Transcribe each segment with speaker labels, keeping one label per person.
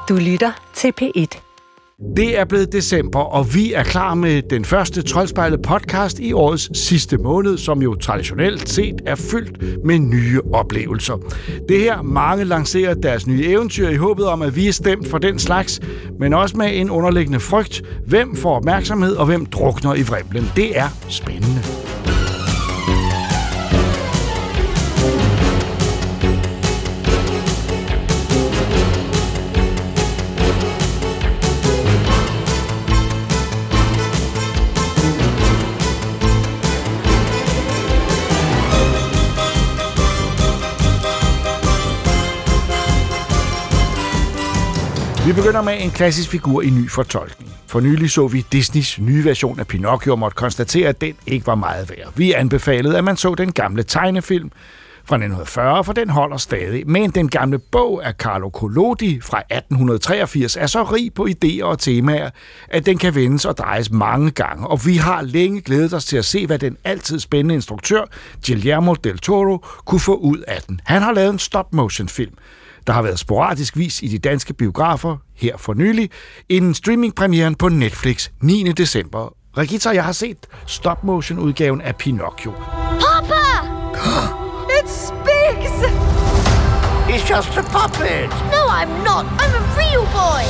Speaker 1: Du lytter til P1.
Speaker 2: Det er blevet december, og vi er klar med den første Troldspejlet podcast i årets sidste måned, som jo traditionelt set er fyldt med nye oplevelser. Det her, mange lancerer deres nye eventyr i håbet om, at vi er stemt for den slags, men også med en underliggende frygt. Hvem får opmærksomhed, og hvem drukner i vrimlen? Det er spændende. Vi begynder med en klassisk figur i ny fortolkning. For nylig så vi Disneys nye version af Pinocchio og måtte konstatere, at den ikke var meget værd. Vi anbefalede, at man så den gamle tegnefilm fra 1940, for den holder stadig. Men den gamle bog af Carlo Collodi fra 1883 er så rig på idéer og temaer, at den kan vendes og drejes mange gange. Og vi har længe glædet os til at se, hvad den altid spændende instruktør Guillermo del Toro kunne få ud af den. Han har lavet en stop-motion-film, der har været sporadisk vis i de danske biografer her for nylig, inden streamingpremieren på Netflix 9. december. Regita og jeg har set stop-motion-udgaven af Pinocchio.
Speaker 3: Papa! It speaks!
Speaker 4: He's just a puppet!
Speaker 3: No, I'm not! I'm a real boy!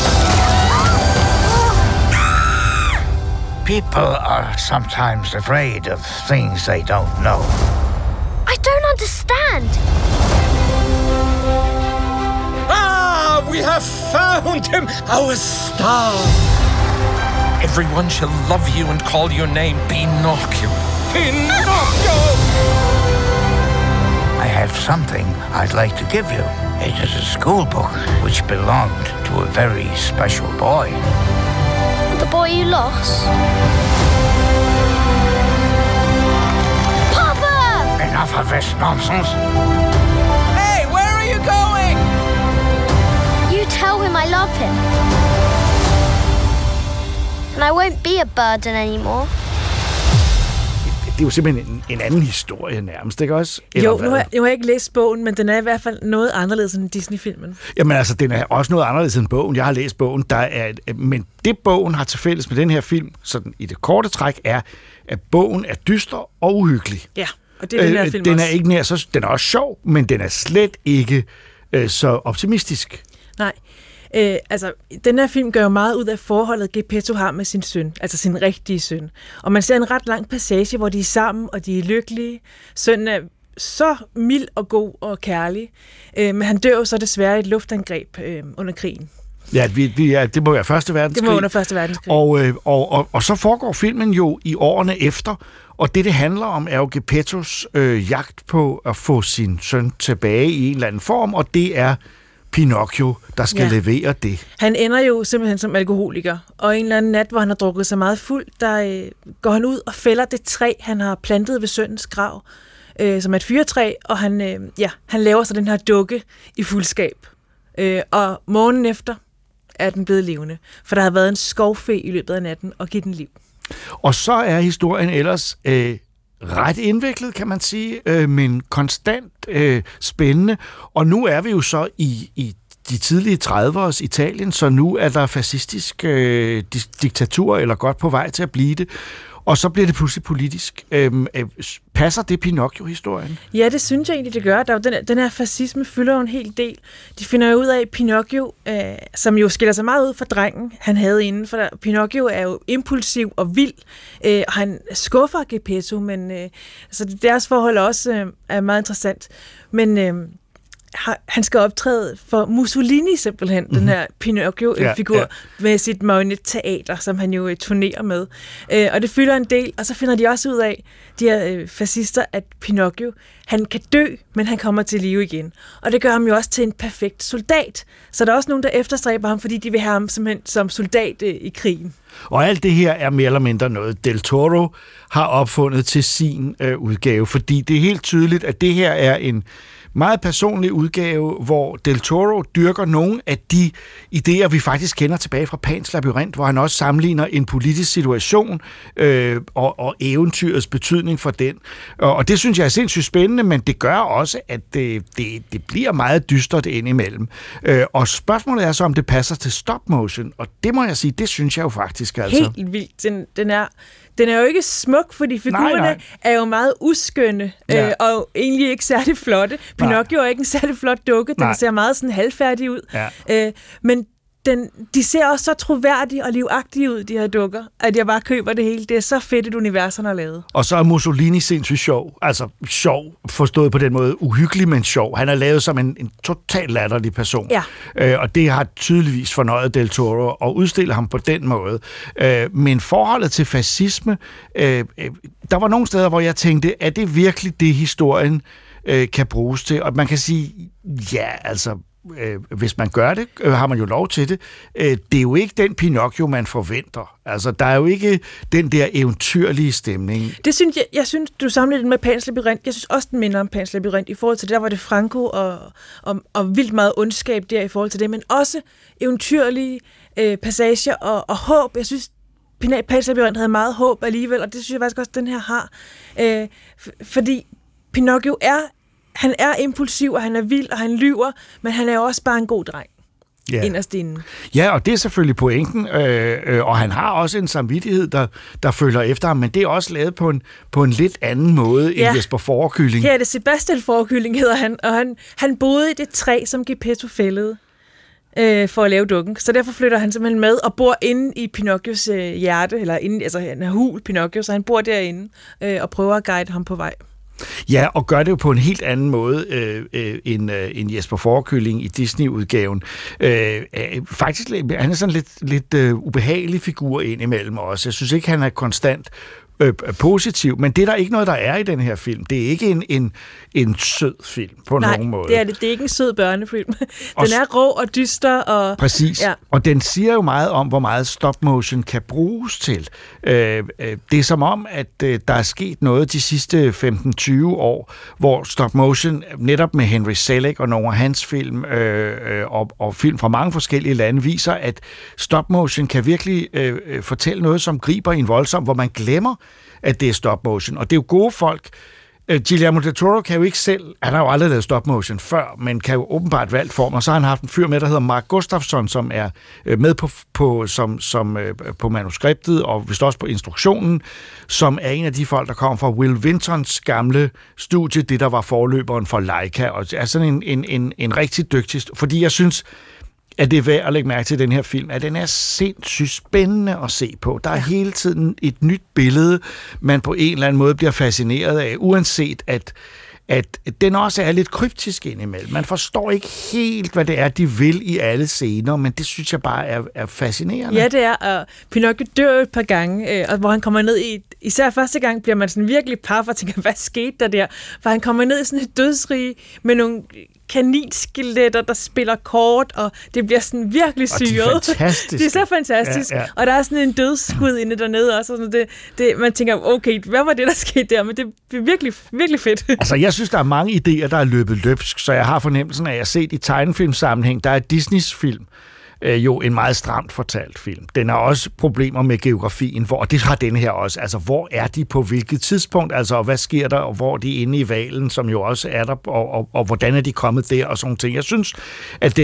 Speaker 4: People are sometimes afraid of things they don't know.
Speaker 3: I don't understand!
Speaker 5: We have found him, our star. Everyone shall love you and call your name Pinocchio. Pinocchio!
Speaker 4: I have something I'd like to give you. It is a school book which belonged to a very special boy.
Speaker 3: The boy you lost? Papa!
Speaker 4: Enough of this nonsense.
Speaker 5: Hey, where are you going?
Speaker 3: You tell him I love him. And I won't be a burden anymore.
Speaker 2: Det er jo simpelthen en anden historie nærmest, ikke også?
Speaker 6: Jo, nu har jeg ikke læst bogen, men den er i hvert fald noget anderledes end Disney-filmen.
Speaker 2: Jamen altså, den er også noget anderledes end bogen. Jeg har læst bogen, men det bogen har til fælles med den her film, sådan i det korte træk, er, at bogen er dyster og uhyggelig.
Speaker 6: Ja, og det er den her film
Speaker 2: den
Speaker 6: også.
Speaker 2: Er ikke nær så, den er også sjov, men den er slet ikke så optimistisk.
Speaker 6: Nej. Den her film gør jo meget ud af forholdet, Geppetto har med sin søn, altså sin rigtige søn. Og man ser en ret lang passage, hvor de er sammen, og de er lykkelige. Sønnen er så mild og god og kærlig, men han dør jo så desværre i et luftangreb under krigen.
Speaker 2: Ja, det må være Første Verdenskrig.
Speaker 6: Det må under Første Verdenskrig.
Speaker 2: Og så foregår filmen jo i årene efter, og det handler om, er jo Geppettos jagt på at få sin søn tilbage i en eller anden form, og det er Pinocchio, der skal levere det. Han
Speaker 6: ender jo simpelthen som alkoholiker, og en eller anden nat, hvor han har drukket sig meget fuld, der går han ud og fælder det træ, han har plantet ved sønnens grav, som er et fyrretræ, og han laver så den her dukke i fuldskab. Og morgenen efter er den blevet levende, for der har været en skovfe i løbet af natten og givet den liv.
Speaker 2: Og så er historien ellers ret indviklet, kan man sige, men konstant spændende. Og nu er vi jo så i de tidlige 30'ers Italien, så nu er der fascistisk diktatur, eller godt på vej til at blive det. Og så bliver det pludselig politisk. Passer det Pinocchio-historien?
Speaker 6: Ja, det synes jeg egentlig, det gør. Der er jo den her fascisme fylder jo en hel del. De finder jo ud af, at Pinocchio, som jo skiller sig meget ud fra drengen, han havde inden, for Pinocchio er jo impulsiv og vild, og han skuffer Geppetto, men så deres forhold også er meget interessant. Men han skal optræde for Mussolini simpelthen, den her Pinocchio-figur, med sit marionetteater, som han jo turnerer med. Og det fylder en del, og så finder de også ud af, de her fascister, at Pinocchio, han kan dø, men han kommer til live igen. Og det gør ham jo også til en perfekt soldat. Så der er også nogen, der efterstræber ham, fordi de vil have ham simpelthen som soldat i krigen.
Speaker 2: Og alt det her er mere eller mindre noget, Del Toro har opfundet til sin udgave, fordi det er helt tydeligt, at det her er en meget personlig udgave, hvor Del Toro dyrker nogle af de idéer, vi faktisk kender tilbage fra Pans Labyrint, hvor han også sammenligner en politisk situation og eventyrets betydning for den. Og det synes jeg er sindssygt spændende, men det gør også, at det bliver meget dystert indimellem. Og spørgsmålet er så, om det passer til stop motion, og det må jeg sige, det synes jeg jo faktisk altså.
Speaker 6: Helt vildt. Den er jo ikke smuk, fordi figurerne er jo meget uskønne, og egentlig ikke særlig flotte. Pinocchio er ikke en særlig flot dukke, den ser meget sådan halvfærdig ud. Ja. Men de ser også så troværdige og livagtige ud, de her dukker, at jeg bare køber det hele. Det er så fedt et univers, han har lavet.
Speaker 2: Og så er Mussolini sindssygt sjov. Altså sjov, forstået på den måde, uhyggelig, men sjov. Han er lavet som en total latterlig person. Ja. Og det har tydeligvis fornøjet Del Toro at udstille ham på den måde. Men forholdet til fascisme, der var nogle steder, hvor jeg tænkte, er det virkelig det, historien kan bruges til? Og man kan sige, ja, altså hvis man gør det, har man jo lov til det. Det er jo ikke den Pinocchio, man forventer. Altså, der er jo ikke den der eventyrlige stemning.
Speaker 6: Det synes jeg synes, du sammenligner den med Pans Labyrint. Jeg synes også, den minder om Pans Labyrint i forhold til det. Der var det Franco og vildt meget ondskab der i forhold til det, men også eventyrlige passager og håb. Jeg synes, Pans Labyrint havde meget håb alligevel, og det synes jeg faktisk også, den her har. Fordi Pinocchio han er impulsiv, og han er vild, og han lyver, men han er jo også bare en god dreng. Inderst inde.
Speaker 2: Ja, og det er selvfølgelig pointen, og han har også en samvittighed, der følger efter ham, men det er også lavet på en lidt anden måde end Jesper Fårekylling.
Speaker 6: Ja, det er Sebastian Fårekylling hedder han, og han boede i det træ, som Geppetto fældede for at lave dukken. Så derfor flytter han simpelthen med og bor inde i Pinocchios hjerte, eller inde, altså han har hul Pinocchio, så han bor derinde og prøver at guide ham på vej.
Speaker 2: Ja, og gør det jo på en helt anden måde end Jesper Fårekylling i Disney-udgaven. Faktisk, han er sådan lidt ubehagelig figur indimellem også. Jeg synes ikke, han er konstant positiv, men det er der ikke noget, der er i den her film. Det er ikke en sød film på nogen måde.
Speaker 6: Nej, det er ikke en sød børnefilm. Den er rå og dyster. Og
Speaker 2: præcis, og den siger jo meget om, hvor meget stop motion kan bruges til. Det er som om, at der er sket noget de sidste 15-20 år, hvor stop motion, netop med Henry Selick og nogle af hans film, og film fra mange forskellige lande, viser, at stop motion kan virkelig fortælle noget, som griber i en voldsom, hvor man glemmer, at det er stop motion. Og det er jo gode folk. Guillermo del Toro kan jo ikke selv, han har jo aldrig lavet stop motion før, men kan jo åbenbart valgt form, og så har han haft en fyr med, der hedder Mark Gustafsson, som er med på manuskriptet, og vist også på instruktionen, som er en af de folk, der kommer fra Will Wintons gamle studie, det der var forløberen for Laika, og er sådan en rigtig dygtig, fordi jeg synes, at det er værd at lægge mærke til den her film, at den er sindssygt spændende at se på. Der er hele tiden et nyt billede, man på en eller anden måde bliver fascineret af, uanset at den også er lidt kryptisk indimellem. Man forstår ikke helt, hvad det er, de vil i alle scener, men det synes jeg bare er fascinerende.
Speaker 6: Ja, det er, og Pinocchio dør et par gange, og hvor han kommer ned i, især første gang bliver man sådan virkelig paf og tænker, hvad skete der? For han kommer ned i sådan et dødsrige med nogle kaninskeletter, der spiller kort, og det bliver sådan virkelig syret.
Speaker 2: Og det er fantastisk.
Speaker 6: Det er så fantastisk. Ja. Og der er sådan en dødsskud inde dernede også. Og sådan man tænker, okay, hvad var det, der skete der? Men det er virkelig, virkelig fedt.
Speaker 2: Altså, jeg synes, der er mange idéer, der er løbet løbsk, så jeg har fornemmelsen af, at jeg har set i tegnefilmsammenhæng, der er Disneys film, jo en meget stramt fortalt film. Den har også problemer med geografien, og det har den her også. Altså, hvor er de på hvilket tidspunkt? Altså, og hvad sker der, og hvor er de inde i Hvalen, som jo også er der, og hvordan er de kommet der, og sådan ting. Jeg synes, at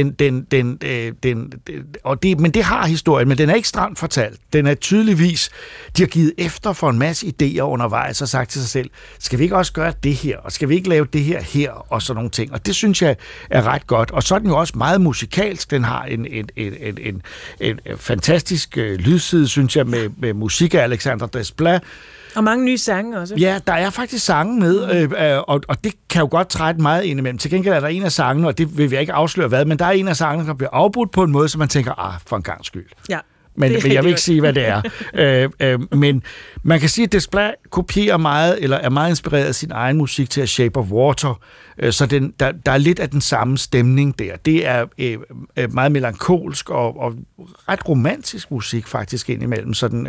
Speaker 2: men det har historien, men den er ikke stramt fortalt. Den er tydeligvis, de har givet efter for en masse idéer undervejs, og sagt til sig selv, skal vi ikke også gøre det her, og skal vi ikke lave det her, og sådan nogle ting. Og det synes jeg er ret godt. Og så er den jo også meget musikalsk. Den har en fantastisk lydside, synes jeg, med musik af Alexandre Desplat.
Speaker 6: Og mange nye sange også.
Speaker 2: Ja, der er faktisk sange med, og det kan jo godt trætte meget indimellem. Til gengæld er der en af sangene, og det vil vi ikke afsløre hvad, men der er en af sangene, der bliver afbrudt på en måde, så man tænker, for en gangs skyld.
Speaker 6: Ja.
Speaker 2: men jeg vil ikke sige, hvad det er. Men man kan sige, at Desplat kopierer meget, eller er meget inspireret af sin egen musik til A Shape of Water, så der er lidt af den samme stemning der. Det er meget melankolsk og ret romantisk musik faktisk indimellem, sådan,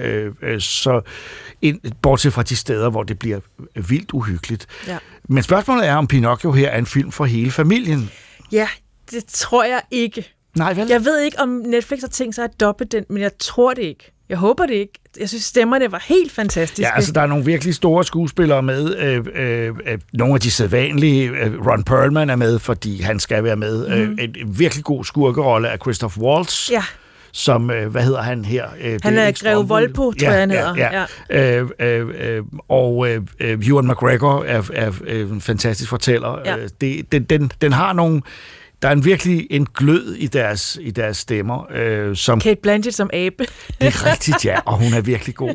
Speaker 2: bortset fra de steder, hvor det bliver vildt uhyggeligt. Ja. Men spørgsmålet er, om Pinocchio her er en film for hele familien.
Speaker 6: Ja, det tror jeg ikke.
Speaker 2: Nej, vel?
Speaker 6: Jeg ved ikke, om Netflix har tænkt sig at doppe den, men jeg tror det ikke. Jeg håber det ikke. Jeg synes, stemmerne var helt fantastiske.
Speaker 2: Ja, altså der er nogle virkelig store skuespillere med. Nogle af de sædvanlige. Ron Perlman er med, fordi han skal være med. En virkelig god skurkerolle af Christoph Waltz. Ja. Som, hvad hedder han her?
Speaker 6: Han er Greve Volpo, tror jeg, han hedder.
Speaker 2: Ja. Og Ewan McGregor er en fantastisk fortæller. Ja. Den har nogle... Der er virkelig en glød i deres stemmer. Som
Speaker 6: Cate Blanchett som abe.
Speaker 2: Det er rigtigt, ja, og hun er virkelig god.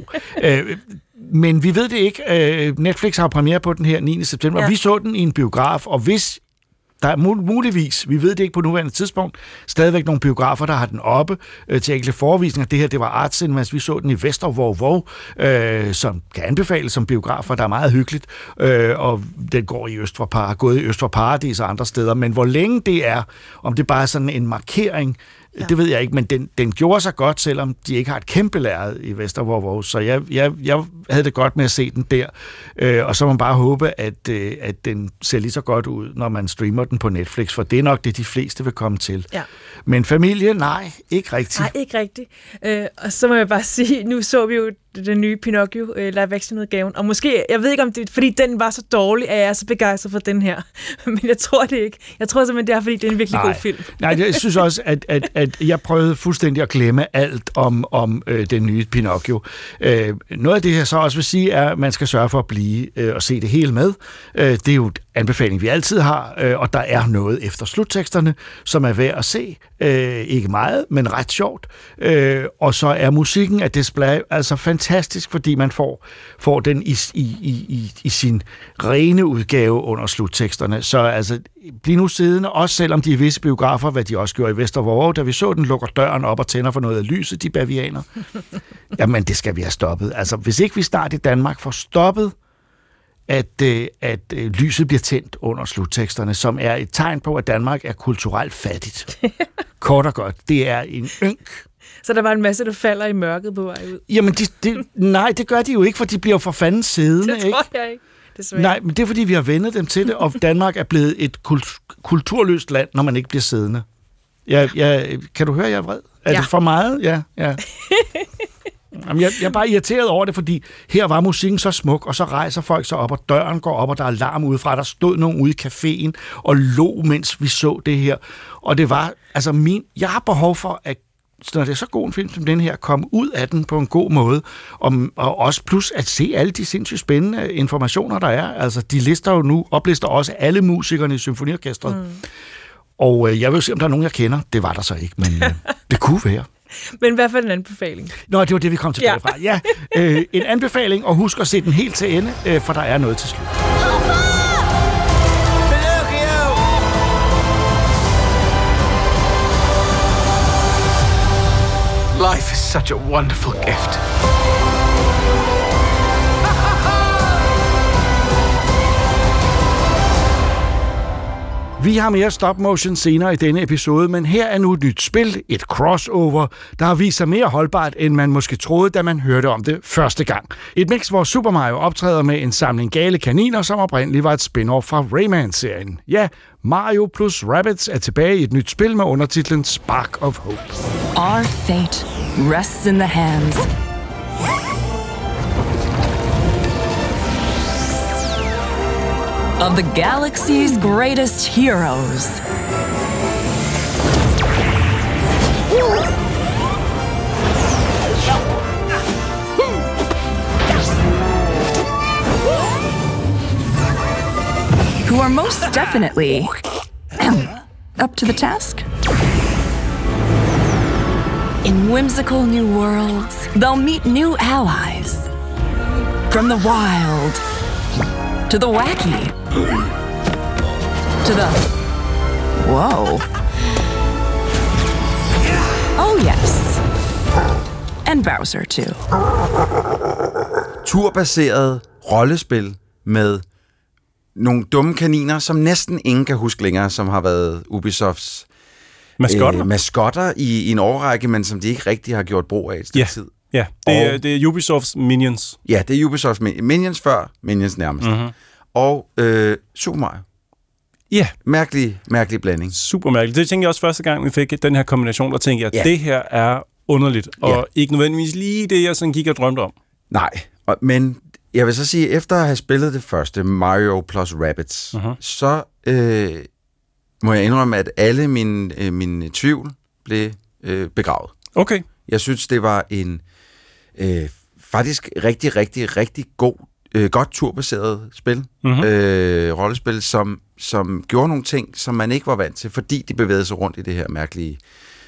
Speaker 2: Men vi ved det ikke. Netflix har premiere på den her 9. september. Ja. Vi så den i en biograf, og hvis der er muligvis, vi ved det ikke på nuværende tidspunkt, stadigvæk nogle biografer, der har den oppe til enkelte forevisninger. Det her, det var Art Cinemas. Vi så den i Vestervåg, som kan anbefales som biografer, der er meget hyggeligt, og den går gået i Øst for Paradis og andre steder. Men hvor længe det er, om det bare er sådan en markering, det ved jeg ikke, men den gjorde sig godt, selvom de ikke har et kæmpe lærred i Vestervåg. Så jeg havde det godt med at se den der. Og så må man bare håbe, at den ser lige så godt ud, når man streamer den på Netflix, for det er nok det, de fleste vil komme til. Ja. Men familie, nej, ikke rigtigt.
Speaker 6: Nej, ikke rigtigt. Og så må jeg bare sige, nu så vi jo den nye Pinocchio live-action-udgaven, og måske, jeg ved ikke om det, fordi den var så dårlig, at jeg er så begejstret for den her. Men jeg tror det ikke. Jeg tror simpelthen, det er, fordi det er en virkelig god film.
Speaker 2: Nej, jeg synes også, at jeg prøvede fuldstændig at glemme alt om den nye Pinocchio. Noget af det, jeg så også vil sige, er, at man skal sørge for at blive og se det hele med. Det er jo et anbefaling, vi altid har, og der er noget efter slutteksterne, som er værd at se. Ikke meget, men ret sjovt. Og så er musikken af Desplat altså fantastisk, fordi man får den i sin rene udgave under slutteksterne. Så altså, bliv nu siddende, også selvom de er visse biografer, hvad de også gjorde i Vestervåg, da vi så den, lukker døren op og tænder for noget af lyset, de bavianer. Jamen, det skal vi have stoppet. Altså, hvis ikke vi snart i Danmark får stoppet, at lyset bliver tændt under slutteksterne, som er et tegn på, at Danmark er kulturelt fattigt. Kort og godt. Det er en ynk.
Speaker 6: Så der var en masse, der falder i mørket på vej ud?
Speaker 2: Jamen, nej, det gør de jo ikke, for de bliver jo for fanden siddende.
Speaker 6: Det tror jeg ikke. Desværre.
Speaker 2: Nej, men det er, fordi vi har vendet dem til det, og Danmark er blevet et kulturløst land, når man ikke bliver siddende. Kan du høre, jeg er vred? Er det for meget? Ja. Jamen, jeg er bare irriteret over det, fordi her var musikken så smuk, og så rejser folk sig op, og døren går op, og der er larm udefra. Der stod nogen ude i caféen og lå, mens vi så det her. Og det var, altså jeg har behov for, at når det er så god en film som den her, komme ud af den på en god måde, og også plus at se alle de sindssygt spændende informationer, der er. Altså, de oplister også alle musikerne i symfoniorkestret. Og jeg vil se, om der er nogen, jeg kender. Det var der så ikke, men det kunne være.
Speaker 6: Men i hvert fald en anbefaling.
Speaker 2: Nå, det var det, vi kom tilbage fra. Ja, en anbefaling, og husk at se den helt til ende, for der er noget til slut.
Speaker 5: Life is such a wonderful gift.
Speaker 2: Vi har mere stop-motion senere i denne episode, men her er nu et nyt spil, et crossover, der har vist sig mere holdbart, end man måske troede, da man hørte om det første gang. Et mix, hvor Super Mario optræder med en samling gale kaniner, som oprindeligt var et spin-off fra Rayman-serien. Ja, Mario plus Rabbids er tilbage i et nyt spil med undertitlen Spark of Hope.
Speaker 1: Our fate rests in the hands of the galaxy's greatest heroes. Who are most definitely up to the task. In whimsical new worlds, they'll meet new allies. From the wild to the wacky, to the whoa. Oh yes. Bowser too.
Speaker 7: Turbaseret rollespil med nogle dumme kaniner, som næsten ingen kan huske længere, som har været Ubisofts maskotter i en årrække, men som de ikke rigtig har gjort brug af et stykke tid.
Speaker 8: Ja, det er Ubisofts Minions.
Speaker 7: Ja, det er Ubisofts Minions før Minions nærmest. Mm-hmm. Og Super Mario.
Speaker 8: Ja.
Speaker 7: Mærkelig blanding.
Speaker 8: Super mærkeligt. Det tænkte jeg også første gang, vi fik den her kombination, der tænkte jeg, at det her er underligt, og ikke nødvendigvis lige det, jeg sådan gik og drømte om.
Speaker 7: Nej, men jeg vil så sige, efter at have spillet det første, Mario plus Rabbids, så må jeg indrømme, at alle mine tvivl blev begravet.
Speaker 8: Okay.
Speaker 7: Jeg synes, det var en faktisk rigtig godt turbaseret spil. Rollespil, som gjorde nogle ting, som man ikke var vant til, fordi de bevægede sig rundt i det her mærkelige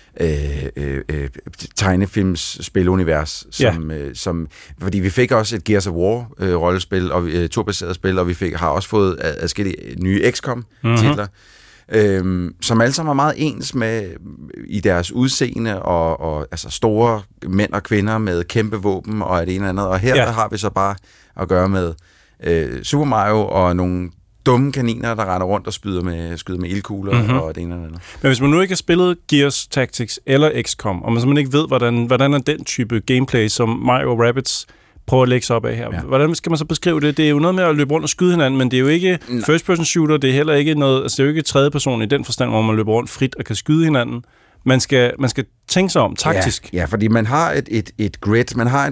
Speaker 7: tegnefilms spilunivers, som fordi vi fik også et Gears of War rollespil og turbaseret spil, og vi har også fået adskillige nye XCOM-titler, som alle sammen er meget ens med i deres udseende og altså store mænd og kvinder med kæmpe våben og det ene og andet. Og her der har vi så bare at gøre med Super Mario og nogle dumme kaniner, der render rundt og skyder med ildkugler og det ene og andet.
Speaker 8: Men hvis man nu ikke har spillet Gears Tactics eller XCOM, og man simpelthen ikke ved, hvordan er den type gameplay, som Mario Rabbids prøver at lægge sig op af her. Ja. Hvordan skal man så beskrive det? Det er jo noget med at løbe rundt og skyde hinanden, men det er jo ikke first-person shooter, det er heller ikke noget, altså det er jo ikke tredje person i den forstand, hvor man løber rundt frit og kan skyde hinanden. Man skal tænke sig om taktisk.
Speaker 7: Ja, fordi man har et grid, man har en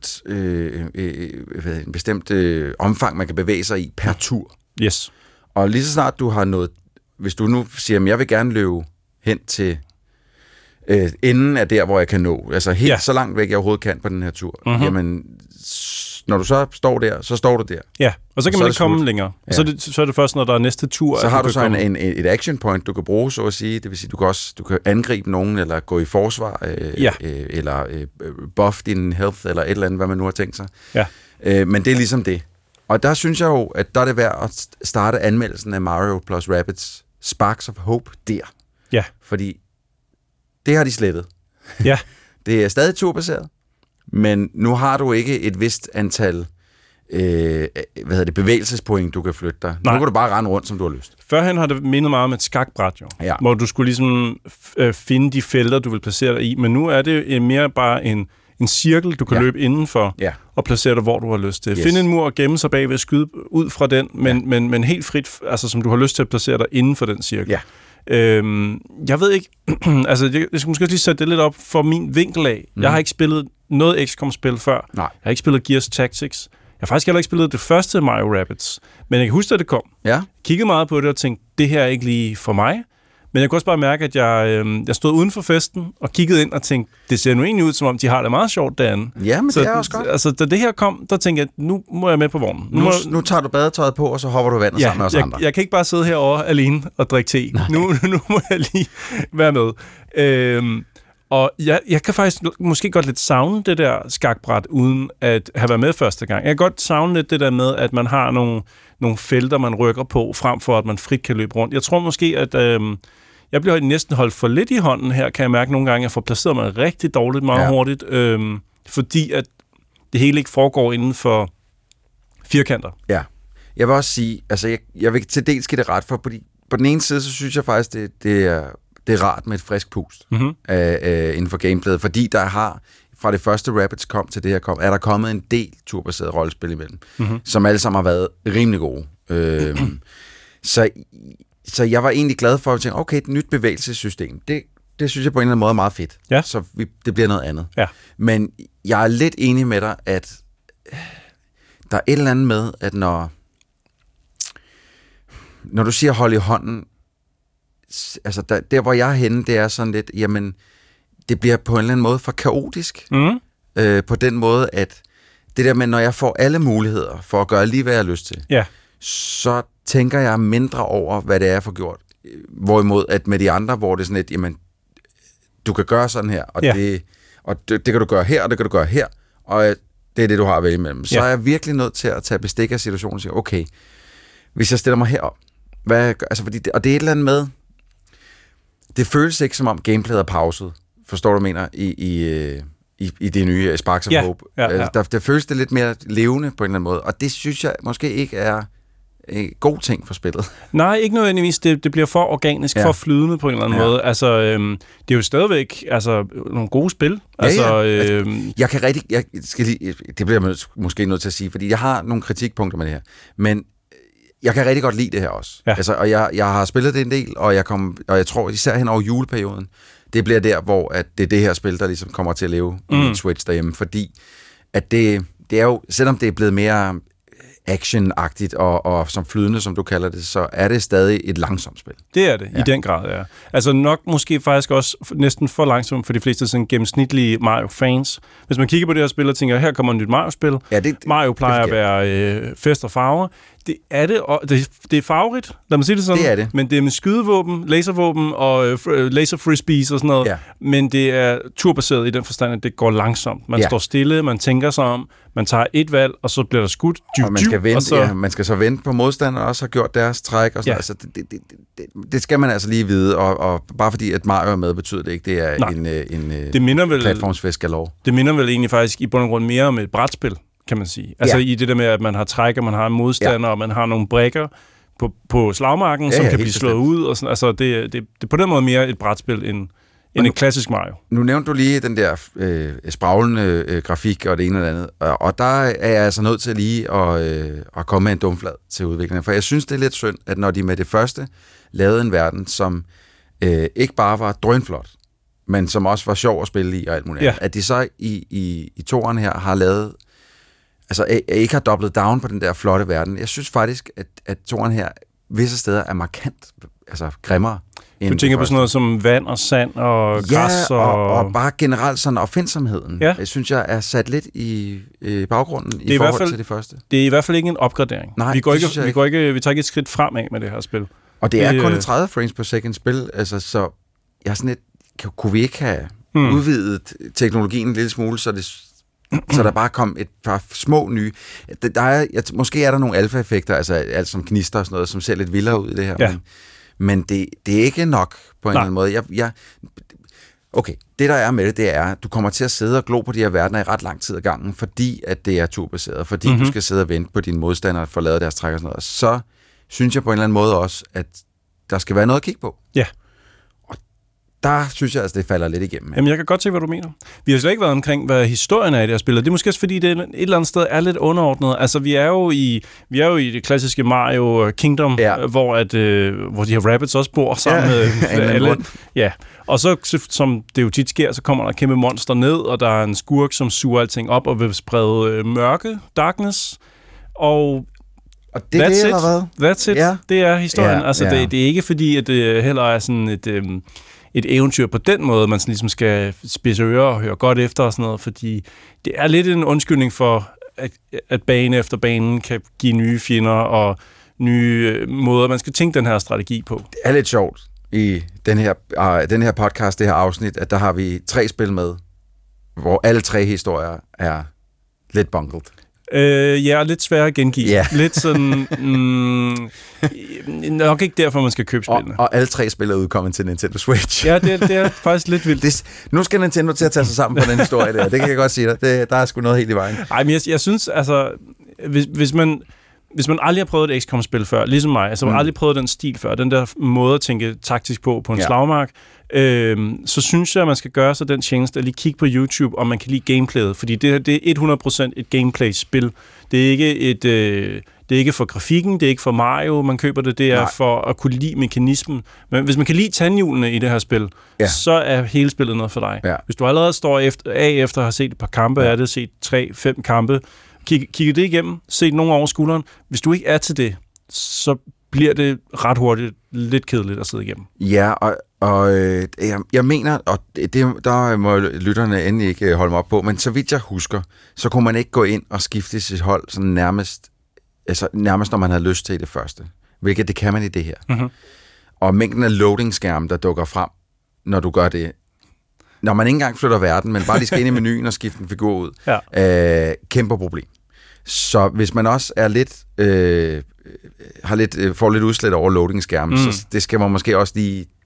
Speaker 7: bestemt omfang, man kan bevæge sig i per tur.
Speaker 8: Yes.
Speaker 7: Og lige så snart du har nået, hvis du nu siger, at jeg vil gerne løbe hen til enden af der, hvor jeg kan nå, altså helt så langt væk, jeg overhovedet kan på den her tur, jamen, når du så står der, så står du der.
Speaker 8: Ja, og så kan man ikke komme længere. Ja. Og så er det først, når der er næste tur.
Speaker 7: Så har du så et action point, du kan bruge, så at sige. Det vil sige, du kan angribe nogen, eller gå i forsvar, eller buff din health, eller et eller andet, hvad man nu har tænkt sig. Ja. Men det er ligesom det. Og der synes jeg jo, at der er det værd at starte anmeldelsen af Mario plus Rabbids Sparks of Hope der.
Speaker 8: Ja.
Speaker 7: Fordi det har de slettet.
Speaker 8: Ja.
Speaker 7: Det er stadig turbaseret, men nu har du ikke et vist antal bevægelsespoint, du kan flytte dig. Nej. Nu kan du bare rende rundt, som du har lyst.
Speaker 8: Førhen har det mindet meget om et skakbræt, jo. Ja. Hvor du skulle ligesom finde de felter, du vil placere dig i, men nu er det mere bare en cirkel, du kan løbe indenfor og placere dig, hvor du har lyst til. Find en mur og gemme sig bag ved at skyde ud fra den, men helt frit, altså som du har lyst til at placere dig inden for den cirkel. Ja. Jeg ved ikke, altså jeg skal måske lige sætte det lidt op for min vinkel af. Jeg har ikke spillet noget XCOM-spil før. Nej. Jeg har ikke spillet Gears Tactics. Jeg har faktisk heller ikke spillet det første Mario Rabbids. Men jeg kan huske, at det kom. Ja. Kiggede meget på det og tænkte, det her er ikke lige for mig. Men jeg kunne også bare mærke, at jeg stod uden for festen og kiggede ind og tænkte, det ser nu egentlig ud, som om de har det meget sjovt derinde.
Speaker 7: Ja, men så, det er også godt.
Speaker 8: Altså, da det her kom, der tænkte jeg, nu må jeg med på vognen.
Speaker 7: Nu tager du badetøjet på, og så hopper du i vandet sammen med os andre.
Speaker 8: Jeg kan ikke bare sidde herovre alene og drikke te. Nu må jeg lige være med. Og jeg kan faktisk måske godt lidt savne det der skakbræt, uden at have været med første gang. Jeg kan godt savne lidt det der med, at man har nogle felter, man rykker på, frem for at man frit kan løbe rundt. Jeg tror måske, at jeg bliver næsten holdt for lidt i hånden her, kan jeg mærke nogle gange. Jeg får placeret mig rigtig dårligt meget hurtigt, fordi at det hele ikke foregår inden for firkanter. Ja,
Speaker 7: jeg vil også sige, altså jeg vil til dels give det ret, for på den ene side, så synes jeg faktisk, det er rart med et frisk pust inden for gameplayet, fordi der har, fra det første Rabbids kom til det her kom, er der kommet en del turbaseret rollespil imellem, som alle sammen har været rimelig gode. Så jeg var egentlig glad for at tænke, okay, et nyt bevægelsessystem, det synes jeg på en eller anden måde er meget fedt. Ja. Så det bliver noget andet. Ja. Men jeg er lidt enig med dig, at der er et eller andet med, at når du siger hold i hånden, altså der hvor jeg er henne, det er sådan lidt, jamen, det bliver på en eller anden måde for kaotisk. På den måde, at det der med, når jeg får alle muligheder for at gøre lige, hvad jeg har lyst til, så tænker jeg mindre over, hvad det er, jeg får gjort. Hvorimod, at med de andre, hvor det er sådan lidt, jamen, du kan gøre sådan her, og, det kan du gøre her, og det kan du gøre her, og det er det, du har at vælge imellem. Så er jeg virkelig nødt til at tage bestik af situationen og sige, okay, hvis jeg stiller mig herop, og det er et eller andet med, det føles ikke som om gameplayet er pauset, forstår du, mener, i det nye Sparks of Hope. Der føles det lidt mere levende på en eller anden måde, og det synes jeg måske ikke er en god ting for spillet.
Speaker 8: Nej, ikke nødvendigvis. Det bliver for organisk, for flydende på en eller anden måde. Altså, det er jo stadigvæk nogle gode spil.
Speaker 7: Jeg kan rigtig... det bliver jeg måske nødt til at sige, fordi jeg har nogle kritikpunkter med det her, men jeg kan rigtig godt lide det her også. Ja. Altså, og jeg har spillet det en del, og jeg tror især hen over juleperioden, det bliver der, hvor at det er det her spil, der ligesom kommer til at leve i min Switch derhjemme, fordi at det er jo, selvom det er blevet mere action-agtigt og som flydende, som du kalder det, så er det stadig et langsomt spil.
Speaker 8: Det er det, i den grad, ja. Altså nok måske faktisk også næsten for langsomt for de fleste sådan gennemsnitlige Mario-fans. Hvis man kigger på det her spil og tænker, her kommer et nyt Mario-spil. Ja, Mario plejer at være fest og farver. Det er det, og det er farverigt, lad mig sige det sådan.
Speaker 7: Det er det.
Speaker 8: Men det er med skydevåben, laservåben og laserfrisbees og sådan noget. Ja. Men det er turbaseret i den forstand, at det går langsomt. Man står stille, man tænker sig om, man tager et valg, og så bliver der skudt.
Speaker 7: Og man skal vente, man skal så vente på modstanderne, og også har gjort deres træk. Og sådan. Altså, det skal man altså lige vide, og bare fordi, at Mario er med, betyder det ikke, det er en platformsfisk galore.
Speaker 8: Det minder vel egentlig faktisk i bund og grund mere om et brætspil, kan man sige. Altså i det der med, at man har træk, og man har en modstander, og man har nogle brikker på slagmarken, som kan blive slået ud. Og sådan. Altså, det er på den måde mere et brætspil end en klassisk Mario.
Speaker 7: Nu nævnte du lige den der spraglende grafik og det ene og det andet, og der er jeg altså nødt til lige at komme med en dumflad til udviklingen, for jeg synes, det er lidt synd, at når de med det første lavede en verden, som ikke bare var drønflot, men som også var sjov at spille i og alt muligt, at de så i toeren her har lavet, altså ikke har doublet down på den der flotte verden. Jeg synes faktisk, at toeren her visse steder er markant, altså grimmere.
Speaker 8: Du tænker på sådan noget som vand og sand og græs
Speaker 7: og bare generelt sådan opfindsomheden. Ja. Jeg synes, jeg er sat lidt i baggrunden i forhold til det første.
Speaker 8: Det er i hvert fald ikke en opgradering. Nej, vi tager ikke et skridt fremad med det her spil.
Speaker 7: Og det er kun et 30 frames per second spil, altså så jeg er sådan lidt, kunne vi ikke have udvidet teknologien en lille smule, så der bare kom et par små nye. Måske er der nogle alfa-effekter, altså alt som gnister og sådan noget, som ser lidt vildere ud i det her. Ja. Men det er ikke nok på en eller anden måde. Okay, det der er med det er, at du kommer til at sidde og glo på de her verdener i ret lang tid ad gangen, fordi at det er turbaseret, fordi du skal sidde og vente på dine modstandere for at lave deres træk og sådan noget. Så synes jeg på en eller anden måde også, at der skal være noget at kigge på.
Speaker 8: Ja.
Speaker 7: Og der synes jeg, altså, det falder lidt igennem.
Speaker 8: Jamen, jeg kan godt se, hvad du mener. Vi har slet ikke været omkring, hvad historien er i det her spil. Det er måske også, fordi det et eller andet sted er lidt underordnet. Altså, vi er jo i det klassiske Mario Kingdom, hvor de her rabbits også bor sammen med alle. Ja, og så, som det jo tit sker, så kommer der et kæmpe monster ned, og der er en skurk, som suger alting op og vil sprede mørke, darkness, og
Speaker 7: det er det, eller hvad?
Speaker 8: That's it. Yeah. Det er historien. Yeah, altså, det er ikke fordi, at det heller er sådan et eventyr på den måde, man sådan ligesom skal spidse ører og høre godt efter og sådan noget, fordi det er lidt en undskyldning for, at bane efter banen kan give nye fjender og nye måder, man skal tænke den her strategi på.
Speaker 7: Det er lidt sjovt i den her podcast, det her afsnit, at der har vi 3 spil med, hvor alle 3 historier er lidt bungled.
Speaker 8: Ja, lidt svært at gengive. Yeah. Lidt sådan... nok ikke derfor, man skal købe spillene.
Speaker 7: Og alle 3 spil er udkommet til Nintendo Switch.
Speaker 8: Ja, det er faktisk lidt vildt.
Speaker 7: Nu skal Nintendo til at tage sig sammen på den historie der. Det kan jeg godt sige dig. Der er sgu noget helt i vejen.
Speaker 8: Ej, men jeg synes, altså... Hvis man aldrig har prøvet et XCOM-spil før, ligesom mig, altså man aldrig prøvet den stil før, den der måde at tænke taktisk på en slagmark, så synes jeg, at man skal gøre sig den tjeneste at lige kigge på YouTube, om man kan lide gameplayet, fordi det er 100% et gameplay-spil. Det er ikke for grafikken, det er ikke for Mario, man køber det, det er for at kunne lide mekanismen. Men hvis man kan lide tandhjulene i det her spil, så er hele spillet noget for dig. Ja. Hvis du allerede står efter at have set et par kampe af det, set 3-5 kampe, kigge det igennem, se nogle over skulderen. Hvis du ikke er til det, så bliver det ret hurtigt lidt kedeligt at sidde igennem.
Speaker 7: Ja, og jeg mener, og der må lytterne endelig ikke holde mig op på, men så vidt jeg husker, så kunne man ikke gå ind og skifte sit hold sådan nærmest når man havde lyst til det første. Hvilket det kan man i det her. Mm-hmm. Og mængden af loading-skærme, der dukker frem, når du gør det, når man ikke engang flytter verden, men bare lige skal ind i menuen og skifte en figur ud, kæmpe problem. Så hvis man også er lidt, får lidt udslæt over loading-skærmen, så det skal man måske også lige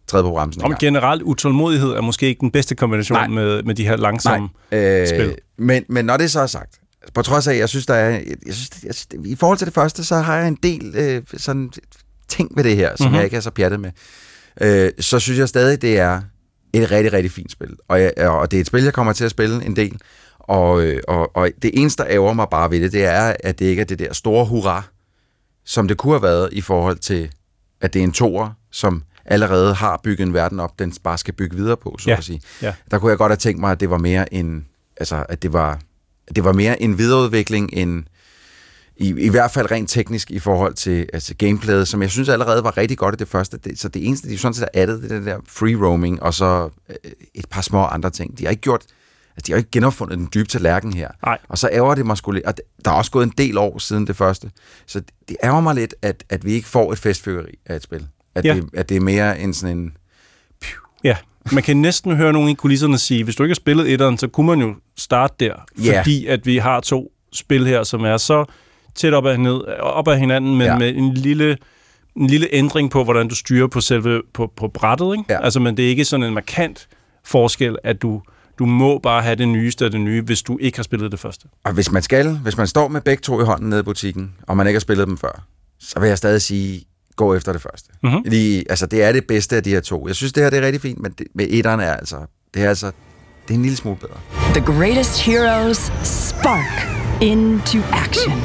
Speaker 7: træde på bremsen.
Speaker 8: Om generelt utålmodighed er måske ikke den bedste kombination med de her langsomme spil.
Speaker 7: Men når det så er sagt, på trods af, jeg synes, i forhold til det første, så har jeg en del sådan ting ved det her, som jeg ikke er så pjattet med. Så synes jeg stadig, det er et rigtig, rigtig fint spil. Og det er et spil, jeg kommer til at spille en del. Og det eneste, der ærger mig bare ved det er, at det ikke er det der store hurra, som det kunne have været i forhold til, at det er en toer, som allerede har bygget en verden op, den bare skal bygge videre på, så at sige. Ja. Der kunne jeg godt have tænkt mig, at det var mere en, altså, at det var mere en videreudvikling end i hvert fald rent teknisk i forhold til gameplayet, som jeg synes allerede var rigtig godt i det første. Så det eneste, de sådan set har addet, det der free roaming, og så et par små andre ting. De har ikke genopfundet den dybe tallerken her.
Speaker 8: Nej.
Speaker 7: Og så ærger det mig sgu lidt, og der er også gået en del år siden det første. Så det ærger mig lidt, at vi ikke får et festfyrkeri af et spil. At det er mere en sådan en...
Speaker 8: Ja, man kan næsten høre nogen i kulisserne sige, hvis du ikke har spillet etteren, så kunne man jo starte der. Fordi at vi har 2 spil her, som er så tæt op ad hinanden, men med en lille ændring på, hvordan du styrer på selve på brættet. Ikke? Ja. Altså, men det er ikke sådan en markant forskel, at du må bare have det nyeste af det nye, hvis du ikke har spillet det første. Og
Speaker 7: hvis man står med begge 2 i hånden nede i butikken, og man ikke har spillet dem før, så vil jeg stadig sige, gå efter det første. Mm-hmm. Det er det bedste af de her 2. Jeg synes, det her det er rigtig fint, men med etteren er det er en lille smule bedre.
Speaker 1: The greatest heroes spark into action.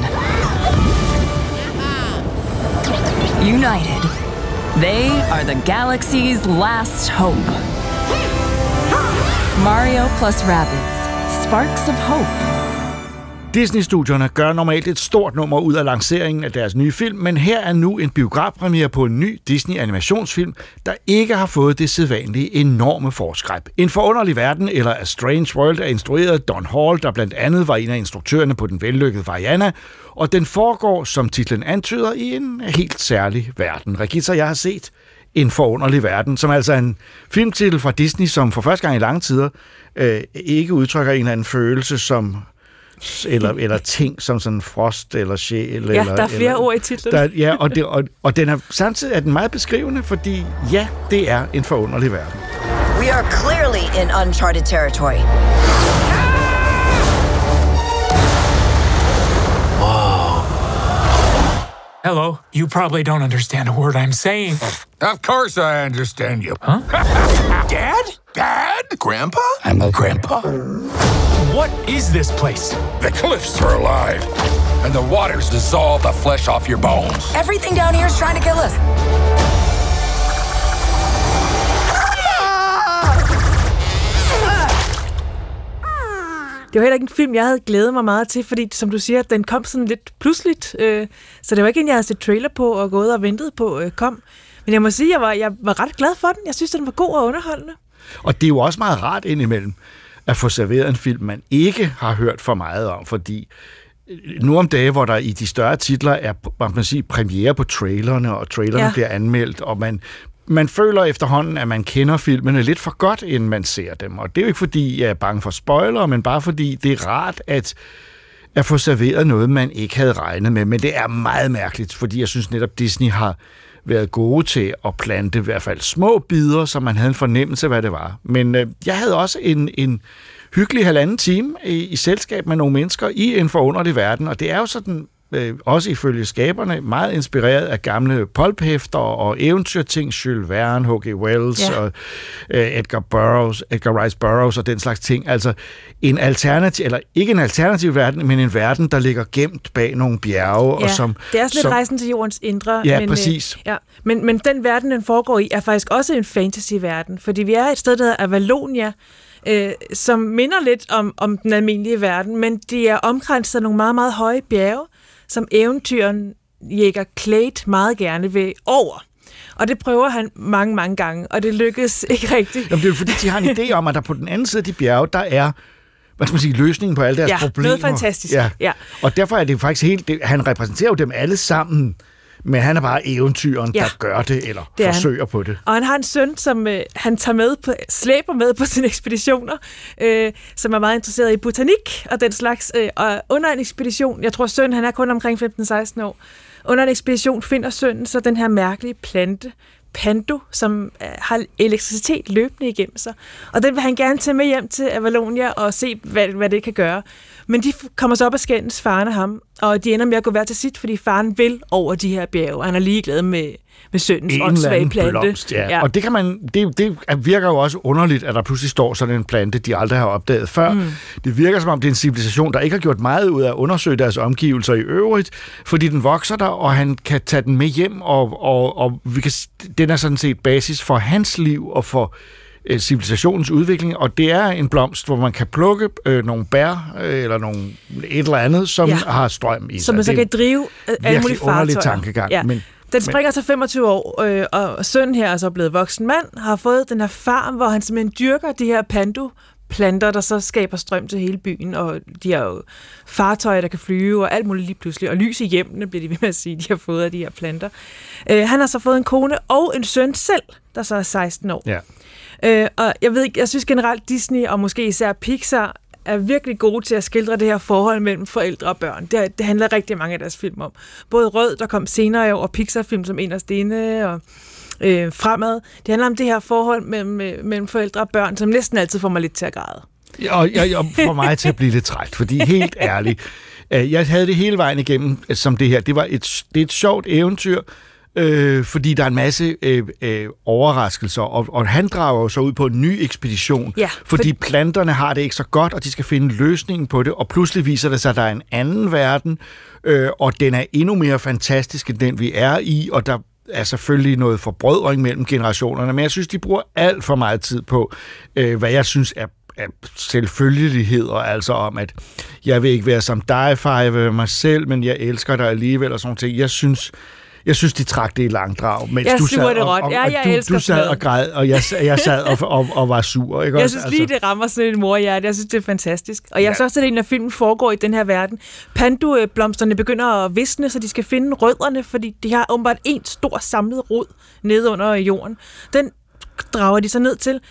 Speaker 1: United, they are the galaxy's last hope. Mario plus Rabbids, Sparks of Hope.
Speaker 2: Disney-studierne gør normalt et stort nummer ud af lanceringen af deres nye film, men her er nu en biografpremiere på en ny Disney-animationsfilm, der ikke har fået det sædvanlige enorme forskræb. En forunderlig verden, eller A Strange World, er instrueret af Don Hall, der blandt andet var en af instruktørerne på den vellykkede Vaiana, og den foregår, som titlen antyder, i en helt særlig verden. Regitza, jeg har set En forunderlig verden, som altså er en filmtitel fra Disney, som for første gang i lange tider ikke udtrykker en eller anden følelse som... Eller ting som sådan frost eller sjæl.
Speaker 6: Ja, der er flere ord i titlen.
Speaker 2: Og den er samtidig er den meget beskrivende, fordi det er en forunderlig verden.
Speaker 9: We are clearly in uncharted territory.
Speaker 10: Whoa. Hello, you probably don't understand a word I'm saying.
Speaker 5: Of course I understand you.
Speaker 10: Huh?
Speaker 5: Dad? Dad? Grandpa?
Speaker 4: I'm a grandpa.
Speaker 10: What is this place?
Speaker 5: The cliffs are alive, and the waters dissolve the flesh off your bones.
Speaker 9: Everything down here is trying to kill us.
Speaker 6: Det var heller ikke en film, jeg havde glædet mig meget til, fordi, som du siger, den kom sådan lidt pludseligt. Så det var ikke en, jeg havde set trailer på og gået og ventet på kom. Men jeg må sige, jeg var ret glad for den. Jeg synes, den var god og underholdende.
Speaker 2: Og det er jo også meget rart indimellem at få serveret en film, man ikke har hørt for meget om, fordi nu om dage, hvor der i de større titler er, man kan sige, premiere på trailerne, og trailerne bliver anmeldt, og man føler efterhånden, at man kender filmene lidt for godt, inden man ser dem. Og det er jo ikke, fordi jeg er bange for spoiler, men bare fordi det er rart at få serveret noget, man ikke havde regnet med. Men det er meget mærkeligt, fordi jeg synes netop, Disney har været gode til at plante i hvert fald små bidder, så man havde en fornemmelse af, hvad det var. Men jeg havde også en hyggelig 1,5 time i selskab med nogle mennesker i en forunderlig verden, og det er jo sådan, også ifølge skaberne, meget inspireret af gamle pulphæfter og eventyrting, Jules Verne, H.G. Wells og Edgar Rice Burroughs og den slags ting. Altså en alternativ, eller ikke en alternativ verden, men en verden, der ligger gemt bag nogle bjerge.
Speaker 6: Ja,
Speaker 2: og som,
Speaker 6: det er sådan lidt rejsen til jordens indre.
Speaker 2: Ja, præcis.
Speaker 6: Men den verden, den foregår i, er faktisk også en fantasy-verden, fordi vi er et sted, der hedder Avalonia, som minder lidt om den almindelige verden, men de er omkranset af nogle meget, meget høje bjerge, som eventyren jæger Clade meget gerne vil over. Og det prøver han mange, mange gange, og det lykkes ikke rigtigt.
Speaker 2: Jamen, det er jo fordi, de har en idé om, at der på den anden side af de bjerge, der er, hvad skal man sige, løsningen på alle deres problemer.
Speaker 6: Noget fantastisk. Ja.
Speaker 2: Og derfor er det faktisk han repræsenterer jo dem alle sammen, men han er bare eventyren, der gør det, eller det forsøger på det.
Speaker 6: Og han har en søn, som han slæber med på sine ekspeditioner, som er meget interesseret i botanik og den slags. Og under en ekspedition, jeg tror sønnen, han er kun omkring 15-16 år, under en ekspedition finder sønnen så den her mærkelige plante, Pando, som har elektricitet løbende igennem sig. Og den vil han gerne tage med hjem til Avalonia og se, hvad det kan gøre. Men de kommer så op og skændes, faren og ham, og de ender med at gå hver til sit, fordi faren vil over de her bjerge. Han er ligeglad med sønnens åndssvage plante.
Speaker 2: Blomst, ja. Og det virker jo også underligt, at der pludselig står sådan en plante, de aldrig har opdaget før. Det virker som om, det er en civilisation, der ikke har gjort meget ud af at undersøge deres omgivelser i øvrigt, fordi den vokser der, og han kan tage den med hjem, og den er sådan set basis for hans liv og for civilisationens udvikling, og det er en blomst, hvor man kan plukke nogle bær eller et eller andet, som har strøm i sig.
Speaker 6: Som man så kan drive alle mulige fartøjer.
Speaker 2: Underlig tankegang.
Speaker 6: Ja. Den springer til 25 år, og sønnen her er så blevet voksen mand, har fået den her farm, hvor han simpelthen dyrker de her planter, der så skaber strøm til hele byen, og de har jo fartøjer, der kan flyve, og alt muligt lige pludselig, og lys i hjemmene, bliver de ved med at sige, de har fået af de her planter. Han har så fået en kone og en søn selv, der så er 16 år.
Speaker 2: Ja.
Speaker 6: Og jeg synes generelt, Disney, og måske især Pixar, er virkelig gode til at skildre det her forhold mellem forældre og børn. Det handler rigtig mange af deres film om. Både Rød, der kom senere i år, og Pixar-film som Inderst Inde, og Fremad. Det handler om det her forhold mellem forældre og børn, som næsten altid får mig lidt til at græde.
Speaker 2: Og får mig til at blive lidt træt, fordi helt ærligt, jeg havde det hele vejen igennem som det her. Det er et sjovt eventyr, fordi der er en masse overraskelser, og han drager jo så ud på en ny ekspedition, fordi planterne har det ikke så godt, og de skal finde løsningen på det, og pludselig viser det sig, at der er en anden verden, og den er endnu mere fantastisk end den, vi er i, og der er selvfølgelig noget forbrødring mellem generationerne, men jeg synes, de bruger alt for meget tid på, hvad jeg synes er selvfølgeligheder, altså om, at jeg vil ikke være som dig, far, jeg vil være mig selv, men jeg elsker dig alligevel, og sådan ting. Jeg synes, de trak det i langdrag, mens du sad og græd, og jeg sad og var sur. Ikke?
Speaker 6: Jeg synes lige, det rammer sådan en morhjerte. Jeg synes, det er fantastisk. Og jeg synes også, at når filmen foregår i den her verden, pandu-blomsterne begynder at visne, så de skal finde rødderne, fordi de har åbenbart en stor samlet rod nede under jorden. Den drager de så ned til.